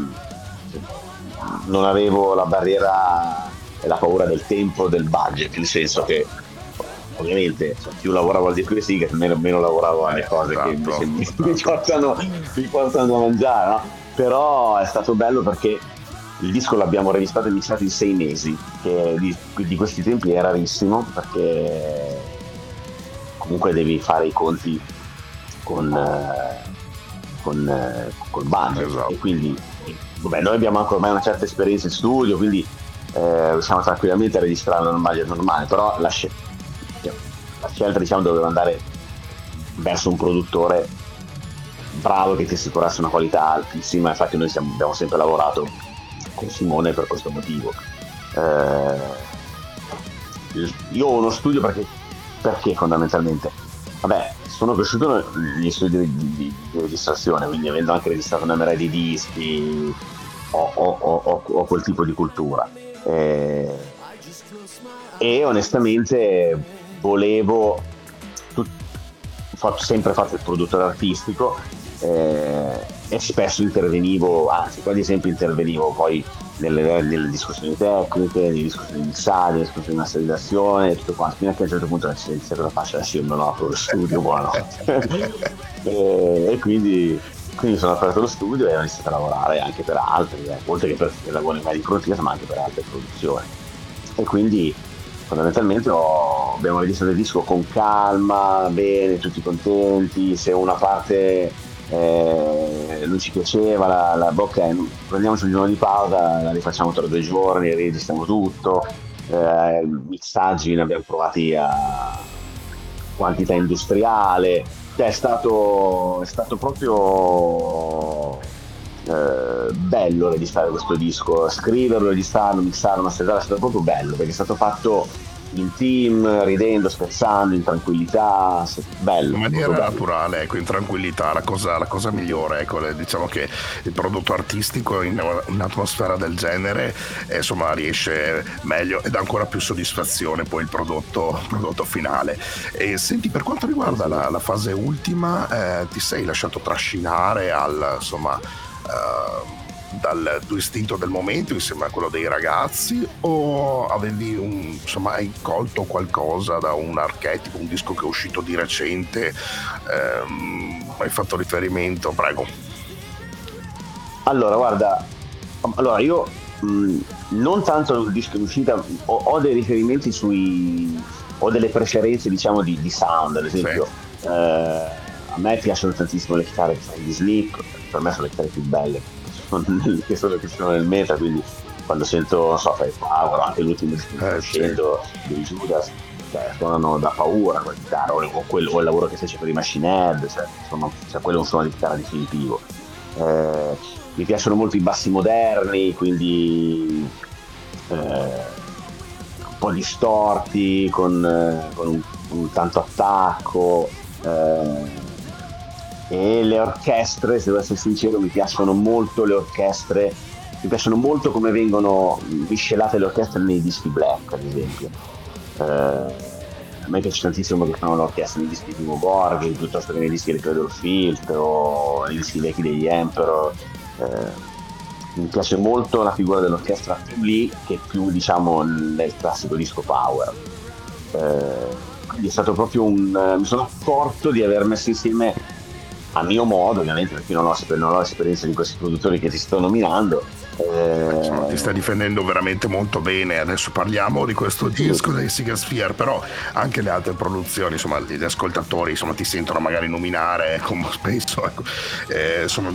[SPEAKER 15] non avevo la barriera e la paura del tempo, del budget, nel senso che ovviamente più lavoravo al di più sì, che meno lavoravo alle cose che invece mi portano a mangiare, no? Però è stato bello perché il disco l'abbiamo registrato e mixato in 6 mesi, che di questi tempi è rarissimo, perché comunque devi fare i conti con budget, esatto. E quindi noi abbiamo anche ormai una certa esperienza in studio, quindi riusciamo tranquillamente a registrare un budget normale, però la scelta, diciamo, doveva andare verso un produttore bravo che ti assicurasse una qualità altissima. Infatti noi abbiamo sempre lavorato con Simone per questo motivo. Io ho uno studio perché fondamentalmente sono cresciuto negli studi di registrazione, quindi avendo anche registrato una marea di dischi ho quel tipo di cultura, e onestamente ho sempre fatto il produttore artistico, e spesso intervenivo, anzi quasi sempre intervenivo poi nelle discussioni tecniche, nelle discussioni di mixaggio, nelle discussioni di masterizzazione e tutto quanto, fino a che a un certo punto si è iniziato la faccia, adesso io non ho apro lo studio, buonanotte. e quindi sono aperto lo studio e ho iniziato a lavorare anche per altri, oltre che per lavori di frontiera, ma anche per altre produzioni, e quindi fondamentalmente abbiamo registrato il disco con calma, bene, tutti contenti. Se una parte non ci piaceva, prendiamoci un giorno di pausa, la rifacciamo tra 2 giorni, registriamo tutto. Mixaggi ne abbiamo provati a quantità industriale, è stato proprio bello registrare questo disco, scriverlo, registrarlo, mixarlo, masterizarlo. È stato proprio bello perché è stato fatto in team, ridendo, scherzando, in tranquillità, bello.
[SPEAKER 16] In maniera naturale, ecco, in tranquillità, la cosa migliore, ecco, diciamo che il prodotto artistico in un'atmosfera del genere insomma riesce meglio ed ha ancora più soddisfazione poi il prodotto finale. E senti, per quanto riguarda la fase ultima, ti sei lasciato trascinare dal tuo istinto del momento insieme a quello dei ragazzi, o hai colto qualcosa da un archetipo, un disco che è uscito di recente, hai fatto riferimento? Prego.
[SPEAKER 15] Allora guarda, io non tanto il disco in uscita, ho dei riferimenti ho delle preferenze diciamo di sound, ad esempio. Sì. A me piacciono tantissimo le chitarre di Sleep, per me sono le chitarre più belle che sono nel meta, quindi quando sento, non so, Firepower, anche l'ultimo disco che sto uscendo dei Judas, suonano da paura quella chitarra, o il lavoro che fece per i Machine Head, quello è un suono di chitarra definitivo. Mi piacciono molto i bassi moderni, quindi un po' distorti, con un tanto attacco, e le orchestre, se devo essere sincero, mi piacciono molto le orchestre, mi piacciono molto come vengono miscelate le orchestre nei dischi black, ad esempio. A me piace tantissimo che fanno l'orchestra nei dischi di Timo Borghi, piuttosto che nei dischi del Cradle Filth o nei dischi vecchi degli Emperor. Mi piace molto la figura dell'orchestra più lì che più diciamo nel classico disco power. Quindi è stato proprio mi sono accorto di aver messo insieme, a mio modo ovviamente, perché non ho l'esperienza di questi produttori che ti sto nominando.
[SPEAKER 16] Ti stai difendendo veramente molto bene. Adesso parliamo di questo disco dei Sigasphere, però anche le altre produzioni, insomma, gli ascoltatori ti sentono magari nominare come spesso, ecco, sono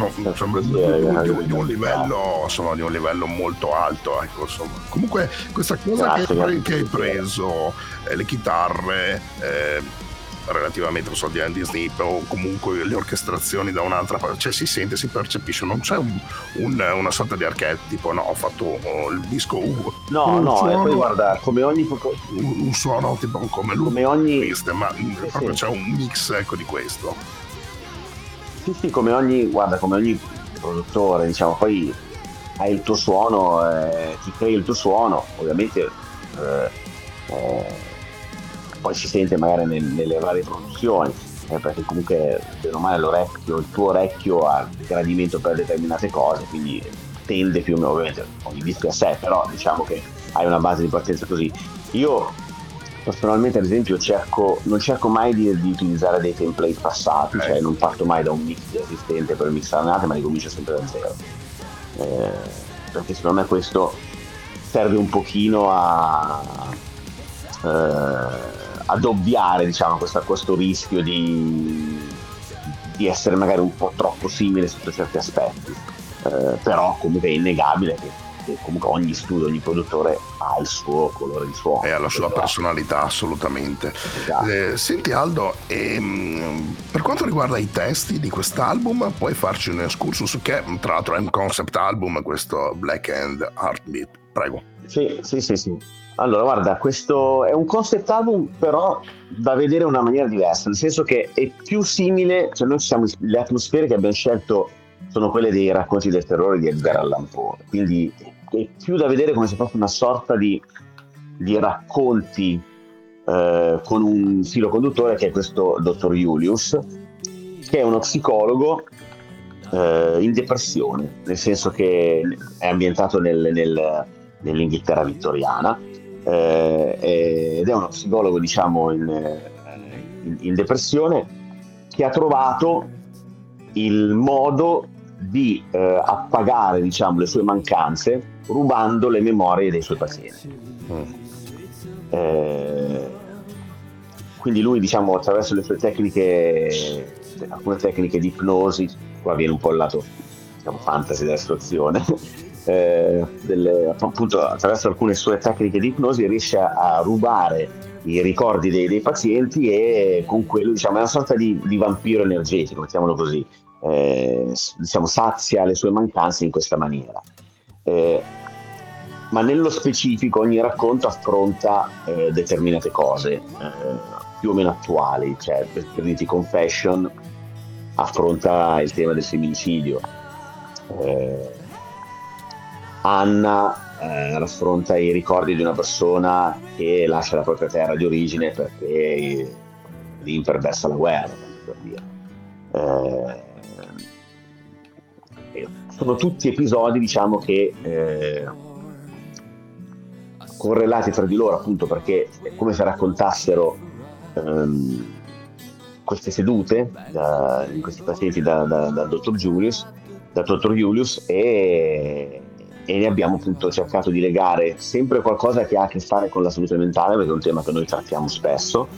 [SPEAKER 16] di un livello molto alto, ecco, insomma. Comunque questa cosa che hai preso, le chitarre relativamente di Sleep, o comunque le orchestrazioni da un'altra parte, cioè si sente, si percepisce, non c'è una sorta di archetipo, no, ho fatto il disco
[SPEAKER 15] suono, e poi guarda, come ogni
[SPEAKER 16] un suono tipo come
[SPEAKER 15] ogni
[SPEAKER 16] ma proprio c'è un mix, ecco, di questo.
[SPEAKER 15] Sì, come ogni produttore, diciamo, poi hai il tuo suono, ti crei il tuo suono, ovviamente. Poi si sente magari nelle varie produzioni, perché comunque bene o male il tuo orecchio ha gradimento per determinate cose, quindi tende più o meno, ovviamente ogni disco è a sé, però diciamo che hai una base di partenza così. Io personalmente, ad esempio, non cerco mai di utilizzare dei template passati, cioè non parto mai da un mix esistente per mixare un'altra, ma ricomincio sempre da zero, perché secondo me questo serve un pochino ad ovviare, diciamo, questo rischio di essere magari un po' troppo simile sotto certi aspetti, però comunque è innegabile che comunque ogni studio, ogni produttore ha il suo colore di suono
[SPEAKER 16] e ha la sua personalità, assolutamente. Esatto. Senti Aldo, per quanto riguarda i testi di quest'album, puoi farci un excursus, che tra l'altro è un concept album, questo Black and Heartbeat, prego.
[SPEAKER 15] Sì. Allora guarda, questo è un concept album però da vedere in una maniera diversa, nel senso che è più simile, cioè le atmosfere che abbiamo scelto sono quelle dei racconti del terrore di Edgar Allan Poe, quindi è più da vedere come se fosse una sorta di racconti con un filo conduttore, che è questo dottor Julius, che è uno psicologo in depressione, nel senso che è ambientato nell'Inghilterra vittoriana, ed è uno psicologo, diciamo, in depressione, che ha trovato il modo di appagare, diciamo, le sue mancanze rubando le memorie dei suoi pazienti. Quindi lui, diciamo, attraverso le sue tecniche, alcune tecniche di ipnosi, qua viene un po' il lato, diciamo, fantasy della situazione, appunto attraverso alcune sue tecniche di ipnosi riesce a rubare i ricordi dei pazienti, e con quello, diciamo, è una sorta di vampiro energetico, mettiamolo così, diciamo, sazia le sue mancanze in questa maniera. ma nello specifico ogni racconto affronta determinate cose più o meno attuali. Cioè, per dirti, Confession affronta il tema del femminicidio, Anna raffronta i ricordi di una persona che lascia la propria terra di origine perché lì imperversa la guerra, per dire. Sono tutti episodi, diciamo, che correlati tra di loro, appunto perché è come se raccontassero queste sedute di questi pazienti dal dottor Julius, e ne abbiamo appunto cercato di legare sempre qualcosa che ha a che fare con la salute mentale, perché è un tema che noi trattiamo spesso,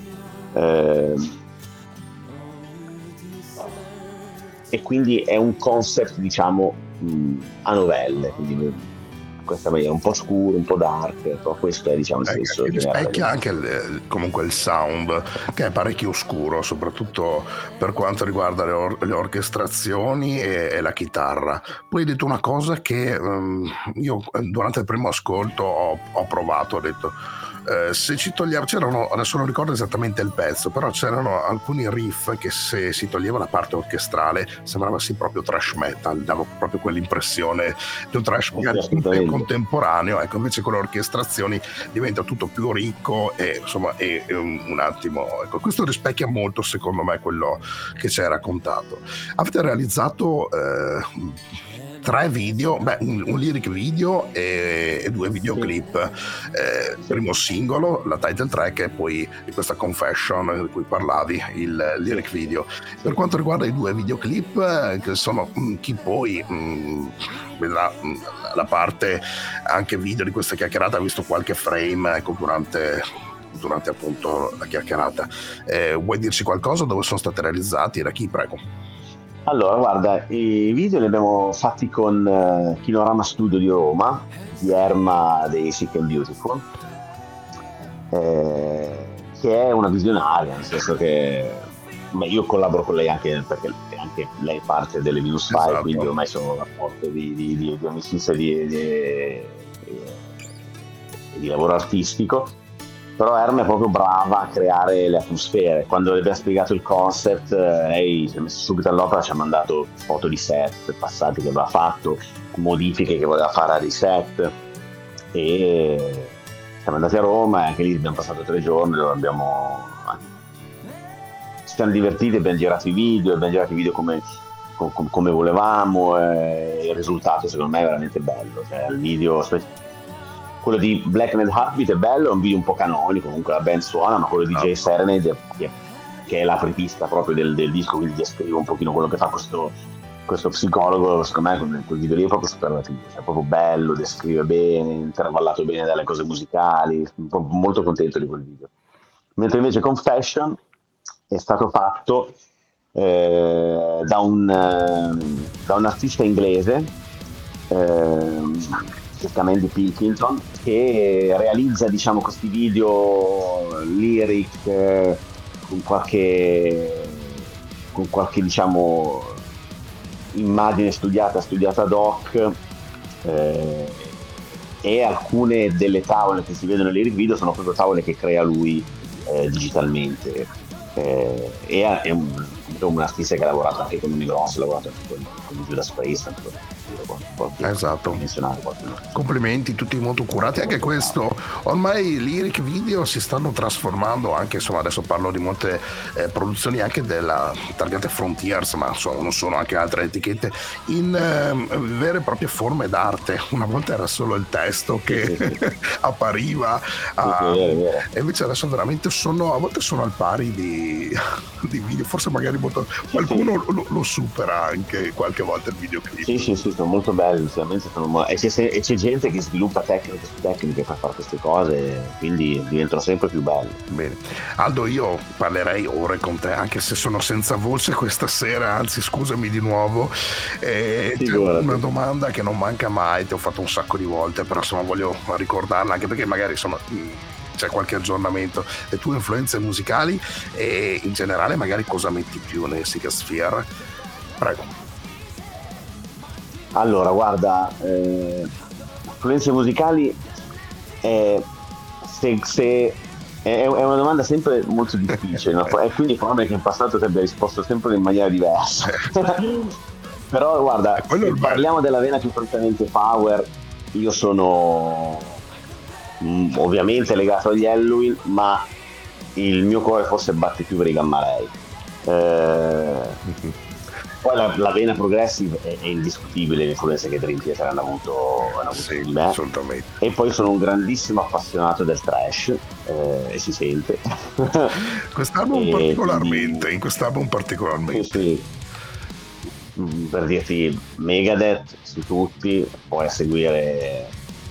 [SPEAKER 15] e quindi è un concept, diciamo, a novelle, quindi questa maniera un po' scuro, un po' dark, però questo è, diciamo, il senso.
[SPEAKER 16] Rispecchia anche comunque il sound, che è parecchio oscuro, soprattutto per quanto riguarda le orchestrazioni e la chitarra. Poi hai detto una cosa che io durante il primo ascolto ho provato, ho detto se ci togliamo, adesso non ricordo esattamente il pezzo, però c'erano alcuni riff che, se si toglieva la parte orchestrale, sembrava sì proprio thrash metal, dava proprio quell'impressione di un thrash magari contemporaneo. Ecco, invece con le orchestrazioni diventa tutto più ricco e insomma è un attimo, ecco, questo rispecchia molto secondo me quello che ci hai raccontato. Avete realizzato 3 video, un lyric video e 2 videoclip, primo singolo, la title track, e poi di questa Confession di cui parlavi, il lyric video. Per quanto riguarda i 2 videoclip, che sono chi poi vedrà la parte anche video di questa chiacchierata, ha visto qualche frame, ecco, durante appunto la chiacchierata. Vuoi dirci qualcosa? Dove sono stati realizzati? Da chi, prego?
[SPEAKER 15] Allora, guarda, i video li abbiamo fatti con Kinorama Studio di Roma, di Erma dei Sick and Beautiful, che è una visionaria, nel senso che io collaboro con lei anche perché anche lei è parte delle Venus 5, esatto. Quindi ormai sono un rapporto di amicizia e di lavoro artistico. Però Erma è proprio brava a creare le atmosfere. Quando le abbiamo spiegato il concept, lei si è messa subito all'opera, ci ha mandato foto di set passati che aveva fatto, modifiche che voleva fare a dei set, e siamo andati a Roma e anche lì abbiamo passato 3 giorni dove ci siamo divertiti, abbiamo girato i video come volevamo, e il risultato secondo me è veramente bello. Cioè, il video, quello di Black Knight Heartbeat è bello, è un video un po' canonico, comunque la band suona, ma quello di Jay Serenade, che è l'apripista proprio del disco, quindi descrive un pochino quello che fa questo psicologo, secondo me quel video lì è proprio superlativo, è proprio bello, descrive bene, intervallato bene dalle cose musicali, molto contento di quel video. Mentre invece Confession è stato fatto da un artista inglese, Mandy Pilkington, che realizza, diciamo, questi video lyric con qualche diciamo immagine studiata ad hoc, e alcune delle tavole che si vedono nei lyric video sono proprio tavole che crea lui digitalmente, è un artista che ha lavorato anche con Unigross, ha lavorato anche con Judas Priest,
[SPEAKER 16] esatto. Complimenti, tutti molto curati. Anche questo, ormai i lyric video si stanno trasformando anche, insomma, adesso parlo di molte produzioni anche della targate Frontiers, ma non sono anche altre etichette, in vere e proprie forme d'arte. Una volta era solo il testo che appariva, e invece adesso veramente a volte sono al pari di video, forse magari qualcuno lo supera anche qualche volta il videoclip.
[SPEAKER 15] Sì, sono molto belli, e c'è gente che sviluppa tecniche per fare queste cose, quindi diventano sempre più belli.
[SPEAKER 16] Bene, Aldo, io parlerei ore con te, anche se sono senza voce questa sera, anzi scusami di nuovo, c'è una domanda che non manca mai, ti ho fatto un sacco di volte, però insomma voglio ricordarla, anche perché magari insomma c'è qualche aggiornamento, le tue influenze musicali e in generale magari cosa metti più nel Psychosphere. Prego.
[SPEAKER 15] Allora, guarda, influenze musicali è una domanda sempre molto difficile, no? E quindi probabile che in passato ti abbia risposto sempre in maniera diversa. Però guarda, se parliamo della vena più prettamente power, io sono ovviamente legato agli Helloween, ma il mio cuore forse batte più per i Gamma Ray. Poi la vena progressive è indiscutibile, l'influenza che Dream Theater hanno avuto
[SPEAKER 16] sì,
[SPEAKER 15] di me.
[SPEAKER 16] Assolutamente.
[SPEAKER 15] E poi sono un grandissimo appassionato del thrash, e si sente.
[SPEAKER 16] Quest'album particolarmente, in quest'album particolarmente.
[SPEAKER 15] Sì. Per dirti, Megadeth su tutti, poi a seguire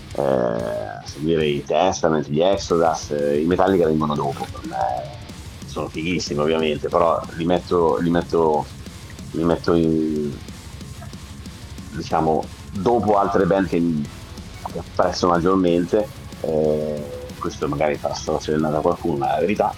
[SPEAKER 15] i Testament, gli Exodus, i Metallica vengono dopo, per me sono fighissimi ovviamente, però li metto in, diciamo, dopo altre band che apprezzo maggiormente. Questo magari farà serenata a qualcuno, ma è la verità.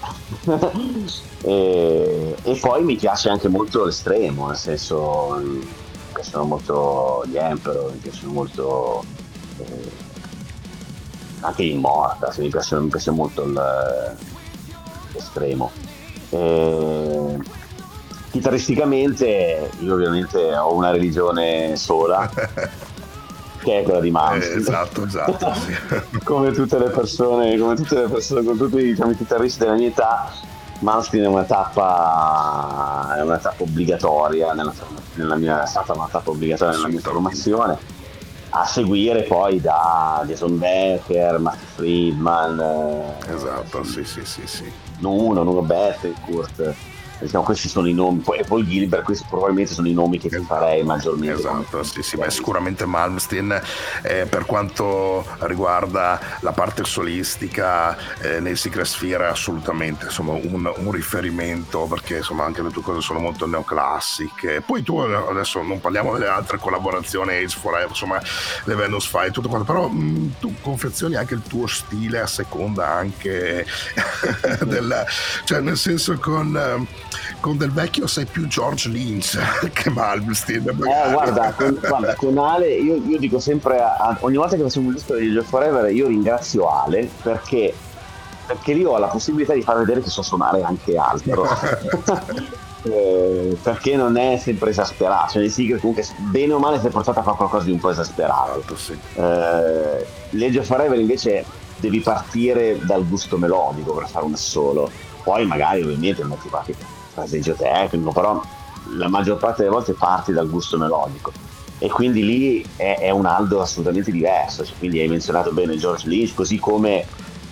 [SPEAKER 15] E poi mi piace anche molto l'estremo, nel senso, mi piacciono molto gli Emperor, mi piacciono molto anche gli Immortals, mi piace molto l'estremo. Chitarristicamente io ovviamente ho una religione sola, che è quella di Malmsteen.
[SPEAKER 16] Esatto. Sì.
[SPEAKER 15] come tutte le persone, con tutti i chitarristi della mia età, Malmsteen è una tappa obbligatoria nella mia formazione, a seguire poi da Jason Becker, Marty Friedman,
[SPEAKER 16] esatto, sì.
[SPEAKER 15] Nuno Bettencourt. Diciamo, questi sono i nomi, poi Paul Gilbert, questi probabilmente sono i nomi che ti farei maggiormente.
[SPEAKER 16] Esatto, sì, ma sicuramente Malmsteen, per quanto riguarda la parte solistica nei Secret Sphere, assolutamente, insomma, un riferimento, perché insomma anche le tue cose sono molto neoclassiche. Poi tu, adesso non parliamo delle altre collaborazioni, Age Forever, insomma, le Venus Fight, tutto quanto, però tu confezioni anche il tuo stile a seconda anche cioè nel senso con del vecchio sei più George Lynch che Malmsteen.
[SPEAKER 15] Guarda, con Ale io dico sempre, ogni volta che facciamo un disco di Age Forever, io ringrazio Ale perché lì ho la possibilità di far vedere che so suonare anche altro. Perché non è sempre esasperato, cioè nei Secret comunque bene o male si è portato a fare qualcosa di un po' esasperato.
[SPEAKER 16] Sì.
[SPEAKER 15] L'Age Forever invece devi partire dal gusto melodico per fare un assolo, poi magari ovviamente metti qualche fraseggio tecnico, però la maggior parte delle volte parti dal gusto melodico, e quindi lì è un Aldo assolutamente diverso, cioè, quindi hai menzionato bene George Lynch, così come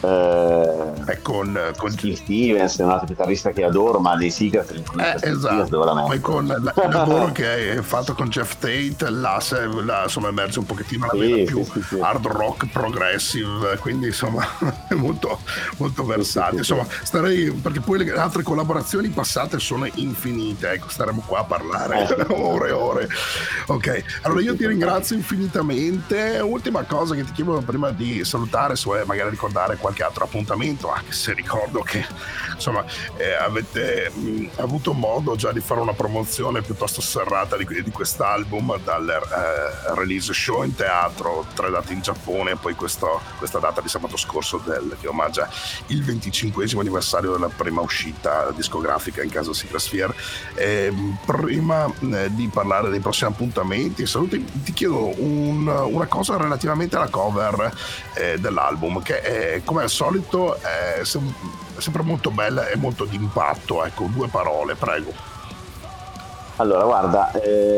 [SPEAKER 16] con
[SPEAKER 15] Steve Stevens, un altro chitarrista che adoro, ma dei Secret
[SPEAKER 16] esatto. Poi con il lavoro che hai fatto con Jeff Tate, là insomma emerge un pochettino la vena più hard rock progressive, quindi insomma è molto molto versatile. Insomma, starei, perché poi le altre collaborazioni passate sono infinite, ecco, staremo qua a parlare ore e ore. Ok, allora io ti ringrazio infinitamente. Ultima cosa che ti chiedo prima di salutare, se vuoi magari ricordare qualche altro appuntamento, anche se ricordo che insomma avete avuto modo già di fare una promozione piuttosto serrata di quest'album, dal release show in teatro, 3 date in Giappone e poi questa data di sabato scorso che omaggia il 25esimo anniversario della prima uscita discografica in casa Secret Sphere. Prima di parlare dei prossimi appuntamenti e saluti, ti chiedo una cosa relativamente alla cover dell'album, che è, come al solito, è sempre molto bella e molto d'impatto. Ecco, 2 parole, prego.
[SPEAKER 15] Allora, guarda,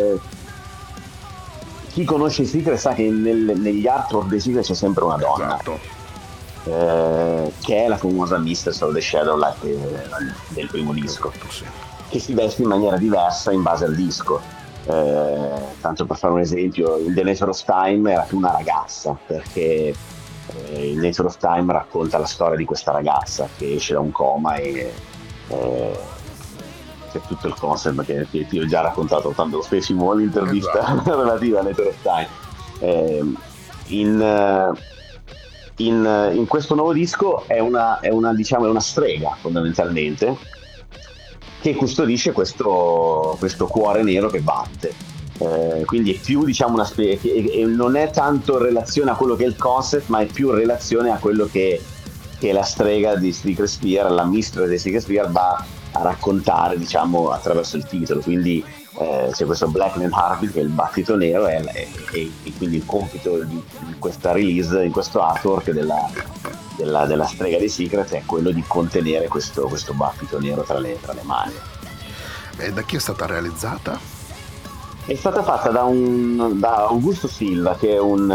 [SPEAKER 15] chi conosce i Secret sa che negli artwork dei Secret c'è sempre una donna,
[SPEAKER 16] esatto.
[SPEAKER 15] Che è la famosa Mistress of the Shadowlight del primo disco,
[SPEAKER 16] sì.
[SPEAKER 15] Che si veste in maniera diversa in base al disco. Tanto per fare un esempio, il The Nature of Time era più una ragazza, perché il Nature of Time racconta la storia di questa ragazza che esce da un coma e c'è tutto il concept che ti ho già raccontato quando lo fecimo l'intervista, esatto, relativa a Nature of Time. In questo nuovo disco è una strega, fondamentalmente, che custodisce questo cuore nero che batte, quindi è più, diciamo, non è tanto in relazione a quello che è il concept, ma è più in relazione a quello che la strega di Sticker Spear, la mistress di Sticker Spear, va a raccontare, diciamo, attraverso il titolo. Quindi c'è questo Blackened Heartbeat, che è il battito nero, e quindi il compito di questa release, in questo artwork della strega dei Secret, è quello di contenere questo battito nero tra le mani.
[SPEAKER 16] E da chi è stata realizzata?
[SPEAKER 15] È stata fatta da Augusto Silva, che è un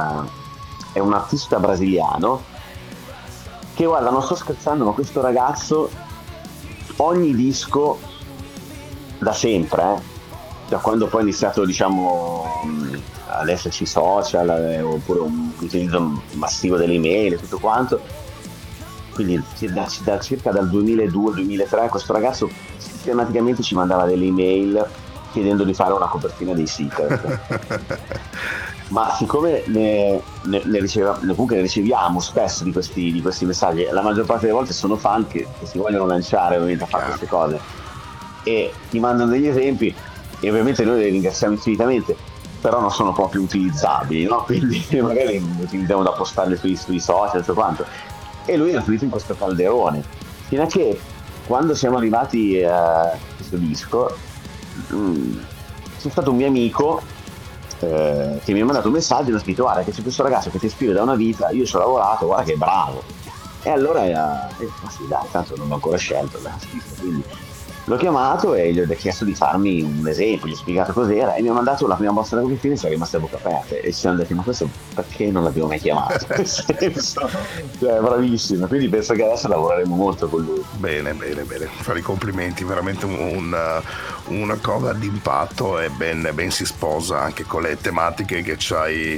[SPEAKER 15] artista brasiliano, che, guarda, non sto scherzando, ma questo ragazzo ogni disco da sempre, da quando poi ha iniziato, diciamo, ad esserci social, oppure un utilizzo massivo delle email e tutto quanto, quindi circa dal 2002-2003 questo ragazzo sistematicamente ci mandava delle email chiedendo di fare una copertina dei Secret. Ma siccome ne riceviamo spesso di questi messaggi, la maggior parte delle volte sono fan che si vogliono lanciare ovviamente a fare queste cose e ti mandano degli esempi, e ovviamente noi li ringraziamo infinitamente, però non sono proprio utilizzabili, no? Quindi magari utilizziamo da postarli sui social e tutto quanto, e lui è finito in questo calderone, fino a che quando siamo arrivati a questo disco c'è stato un mio amico che mi ha mandato un messaggio e mi ha scritto: guarda che c'è questo ragazzo che ti scrive da una vita, io ci ho lavorato, guarda che bravo. E allora sì, dai, tanto non l'ho ancora scelto, quindi l'ho chiamato e gli ho chiesto di farmi un esempio, gli ho spiegato cos'era e mi ha mandato la prima bozza da copertina e ci è rimaste a bocca aperte, e ci siamo detti: ma questo perché non l'abbiamo mai chiamato? Nel senso, cioè, bravissimo, quindi penso che adesso lavoreremo molto con lui.
[SPEAKER 16] Bene, fare i complimenti, veramente una cover d'impatto, e ben si sposa anche con le tematiche che ci hai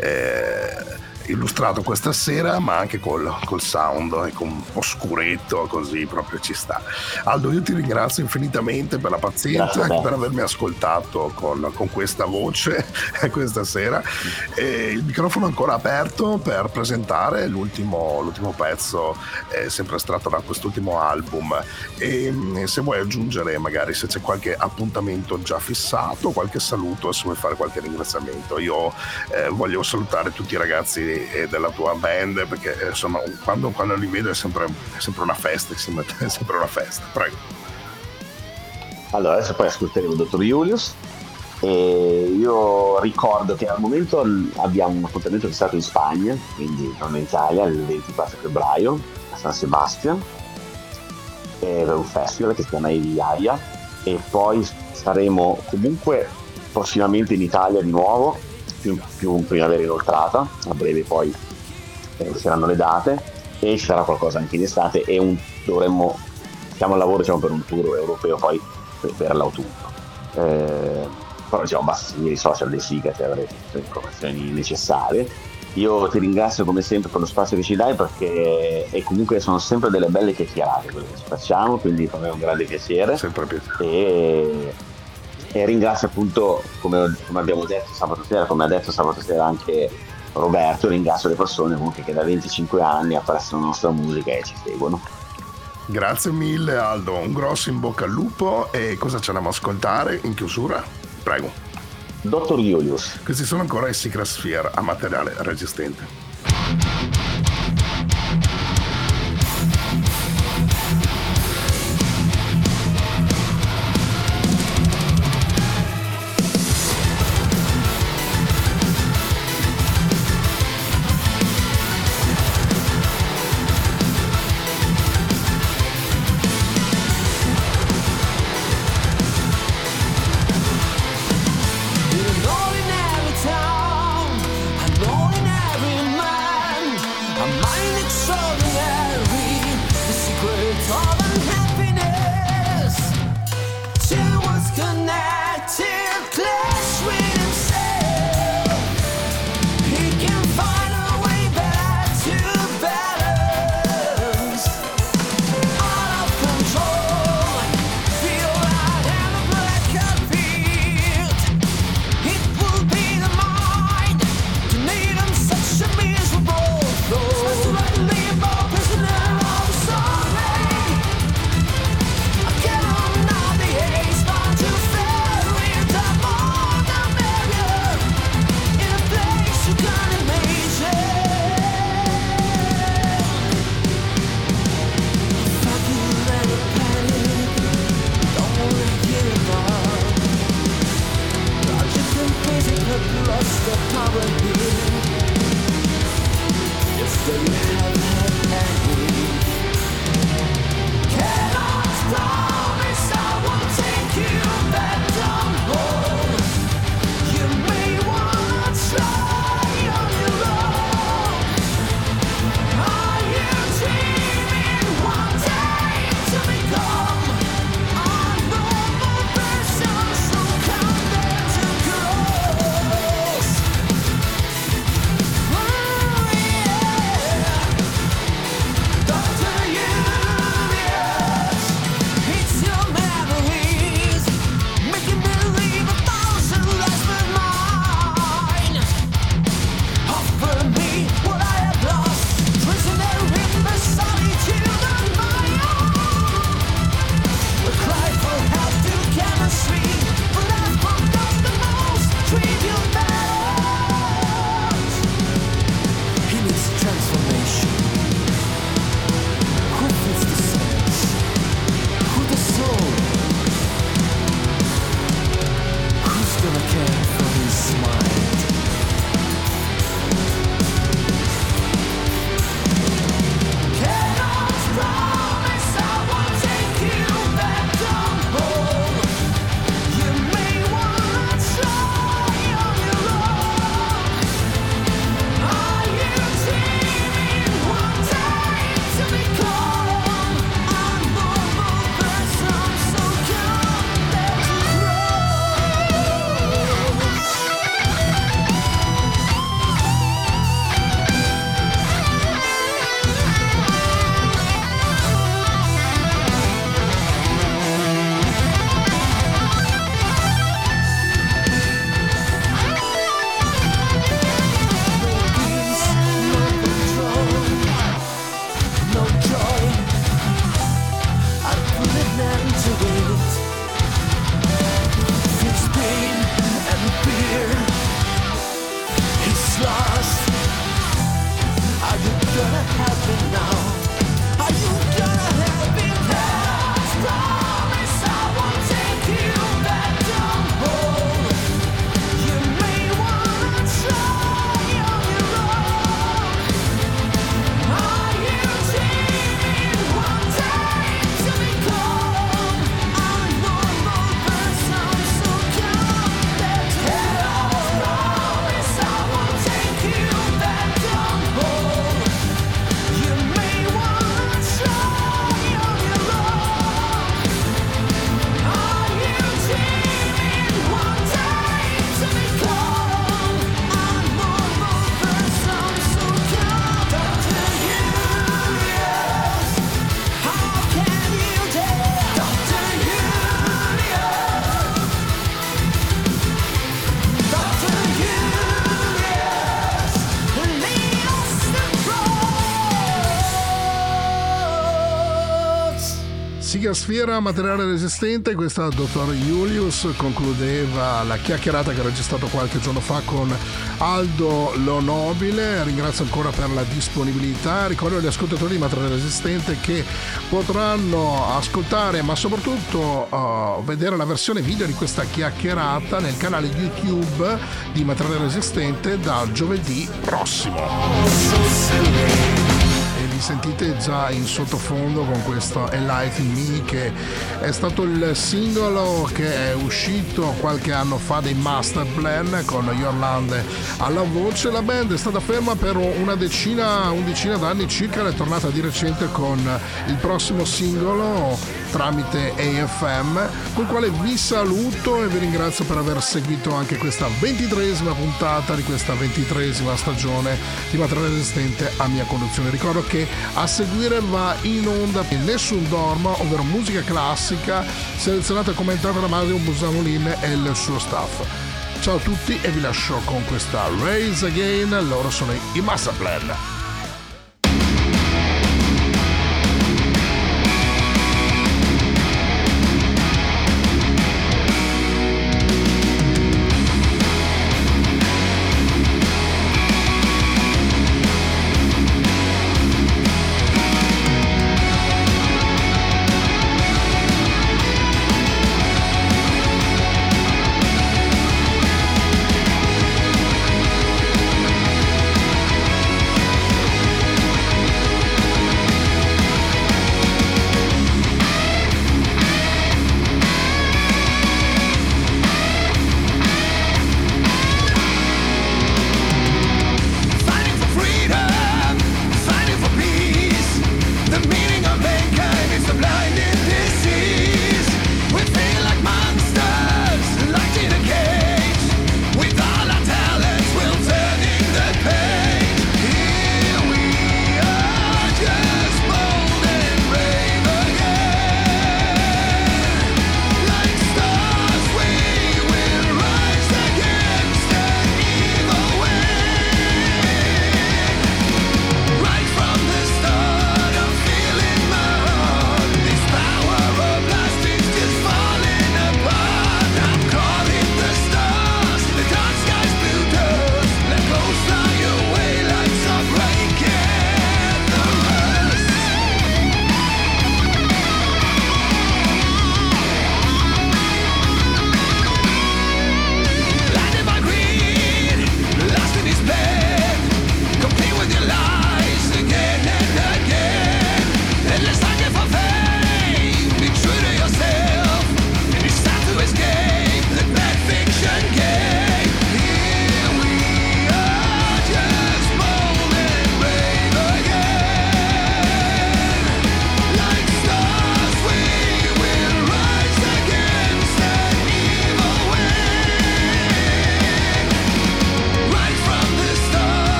[SPEAKER 16] illustrato questa sera, ma anche col sound, con un po' scuretto, così proprio ci sta. Aldo, io ti ringrazio infinitamente per la pazienza, per avermi ascoltato con questa voce questa sera, e il microfono ancora aperto per presentare l'ultimo pezzo sempre estratto da quest'ultimo album, e se vuoi aggiungere, magari se c'è qualche appuntamento già fissato, qualche saluto, se vuoi fare qualche ringraziamento. Io voglio salutare tutti i ragazzi della tua band, perché insomma quando li vedo è sempre una festa, è sempre una festa. Prego.
[SPEAKER 15] Allora, adesso poi ascolteremo il dottor Julius, e io ricordo che al momento abbiamo un appuntamento fissato in Spagna, quindi non in Italia, il 24 febbraio a San Sebastian, per un festival che si chiama Eviaia, e poi saremo comunque prossimamente in Italia di nuovo, più in primavera inoltrata, a breve poi saranno le date, e ci sarà qualcosa anche in estate, e siamo al lavoro, diciamo, per un tour europeo poi per l'autunno. Però, diciamo, basta seguire i social dei Secret e avrete tutte le informazioni necessarie. Io ti ringrazio come sempre per lo spazio che ci dai, perché comunque sono sempre delle belle chiacchierate quelle che ci facciamo, quindi per me è un grande piacere.
[SPEAKER 16] Sempre piacere.
[SPEAKER 15] E ringrazio appunto, come abbiamo detto sabato sera, come ha detto sabato sera anche Roberto, ringrazio le persone comunque che da 25 anni apprezzano la nostra musica e ci seguono.
[SPEAKER 16] Grazie mille Aldo, un grosso in bocca al lupo. E cosa ci andiamo a ascoltare in chiusura? Prego.
[SPEAKER 15] Dottor Julius.
[SPEAKER 16] Questi sono ancora i Secret Sphere a materiale resistente.
[SPEAKER 14] Sigasfera, materiale resistente, questa dottor Julius concludeva la chiacchierata che ho registrato qualche giorno fa con Aldo Lo Nobile. Ringrazio ancora per la disponibilità, ricordo agli ascoltatori di materiale resistente che potranno ascoltare ma soprattutto vedere la versione video di questa chiacchierata nel canale YouTube di materiale resistente dal giovedì prossimo. Li sentite già in sottofondo con questo Enlighten Me, che è stato il singolo che è uscito qualche anno fa dei Masterplan con Yorlande alla voce. La band è stata ferma per undicina d'anni circa, è tornata di recente con il prossimo singolo tramite AFM, col quale vi saluto e vi ringrazio per aver seguito anche questa 23esima puntata di questa 23esima stagione di Materiale Resistente a mia conduzione. Ricordo che a seguire va in onda Nessun Dorma, ovvero musica classica selezionata e commentata da Mario Busamolin e il suo staff. Ciao a tutti e vi lascio con questa Raise Again, loro sono i Masterplan.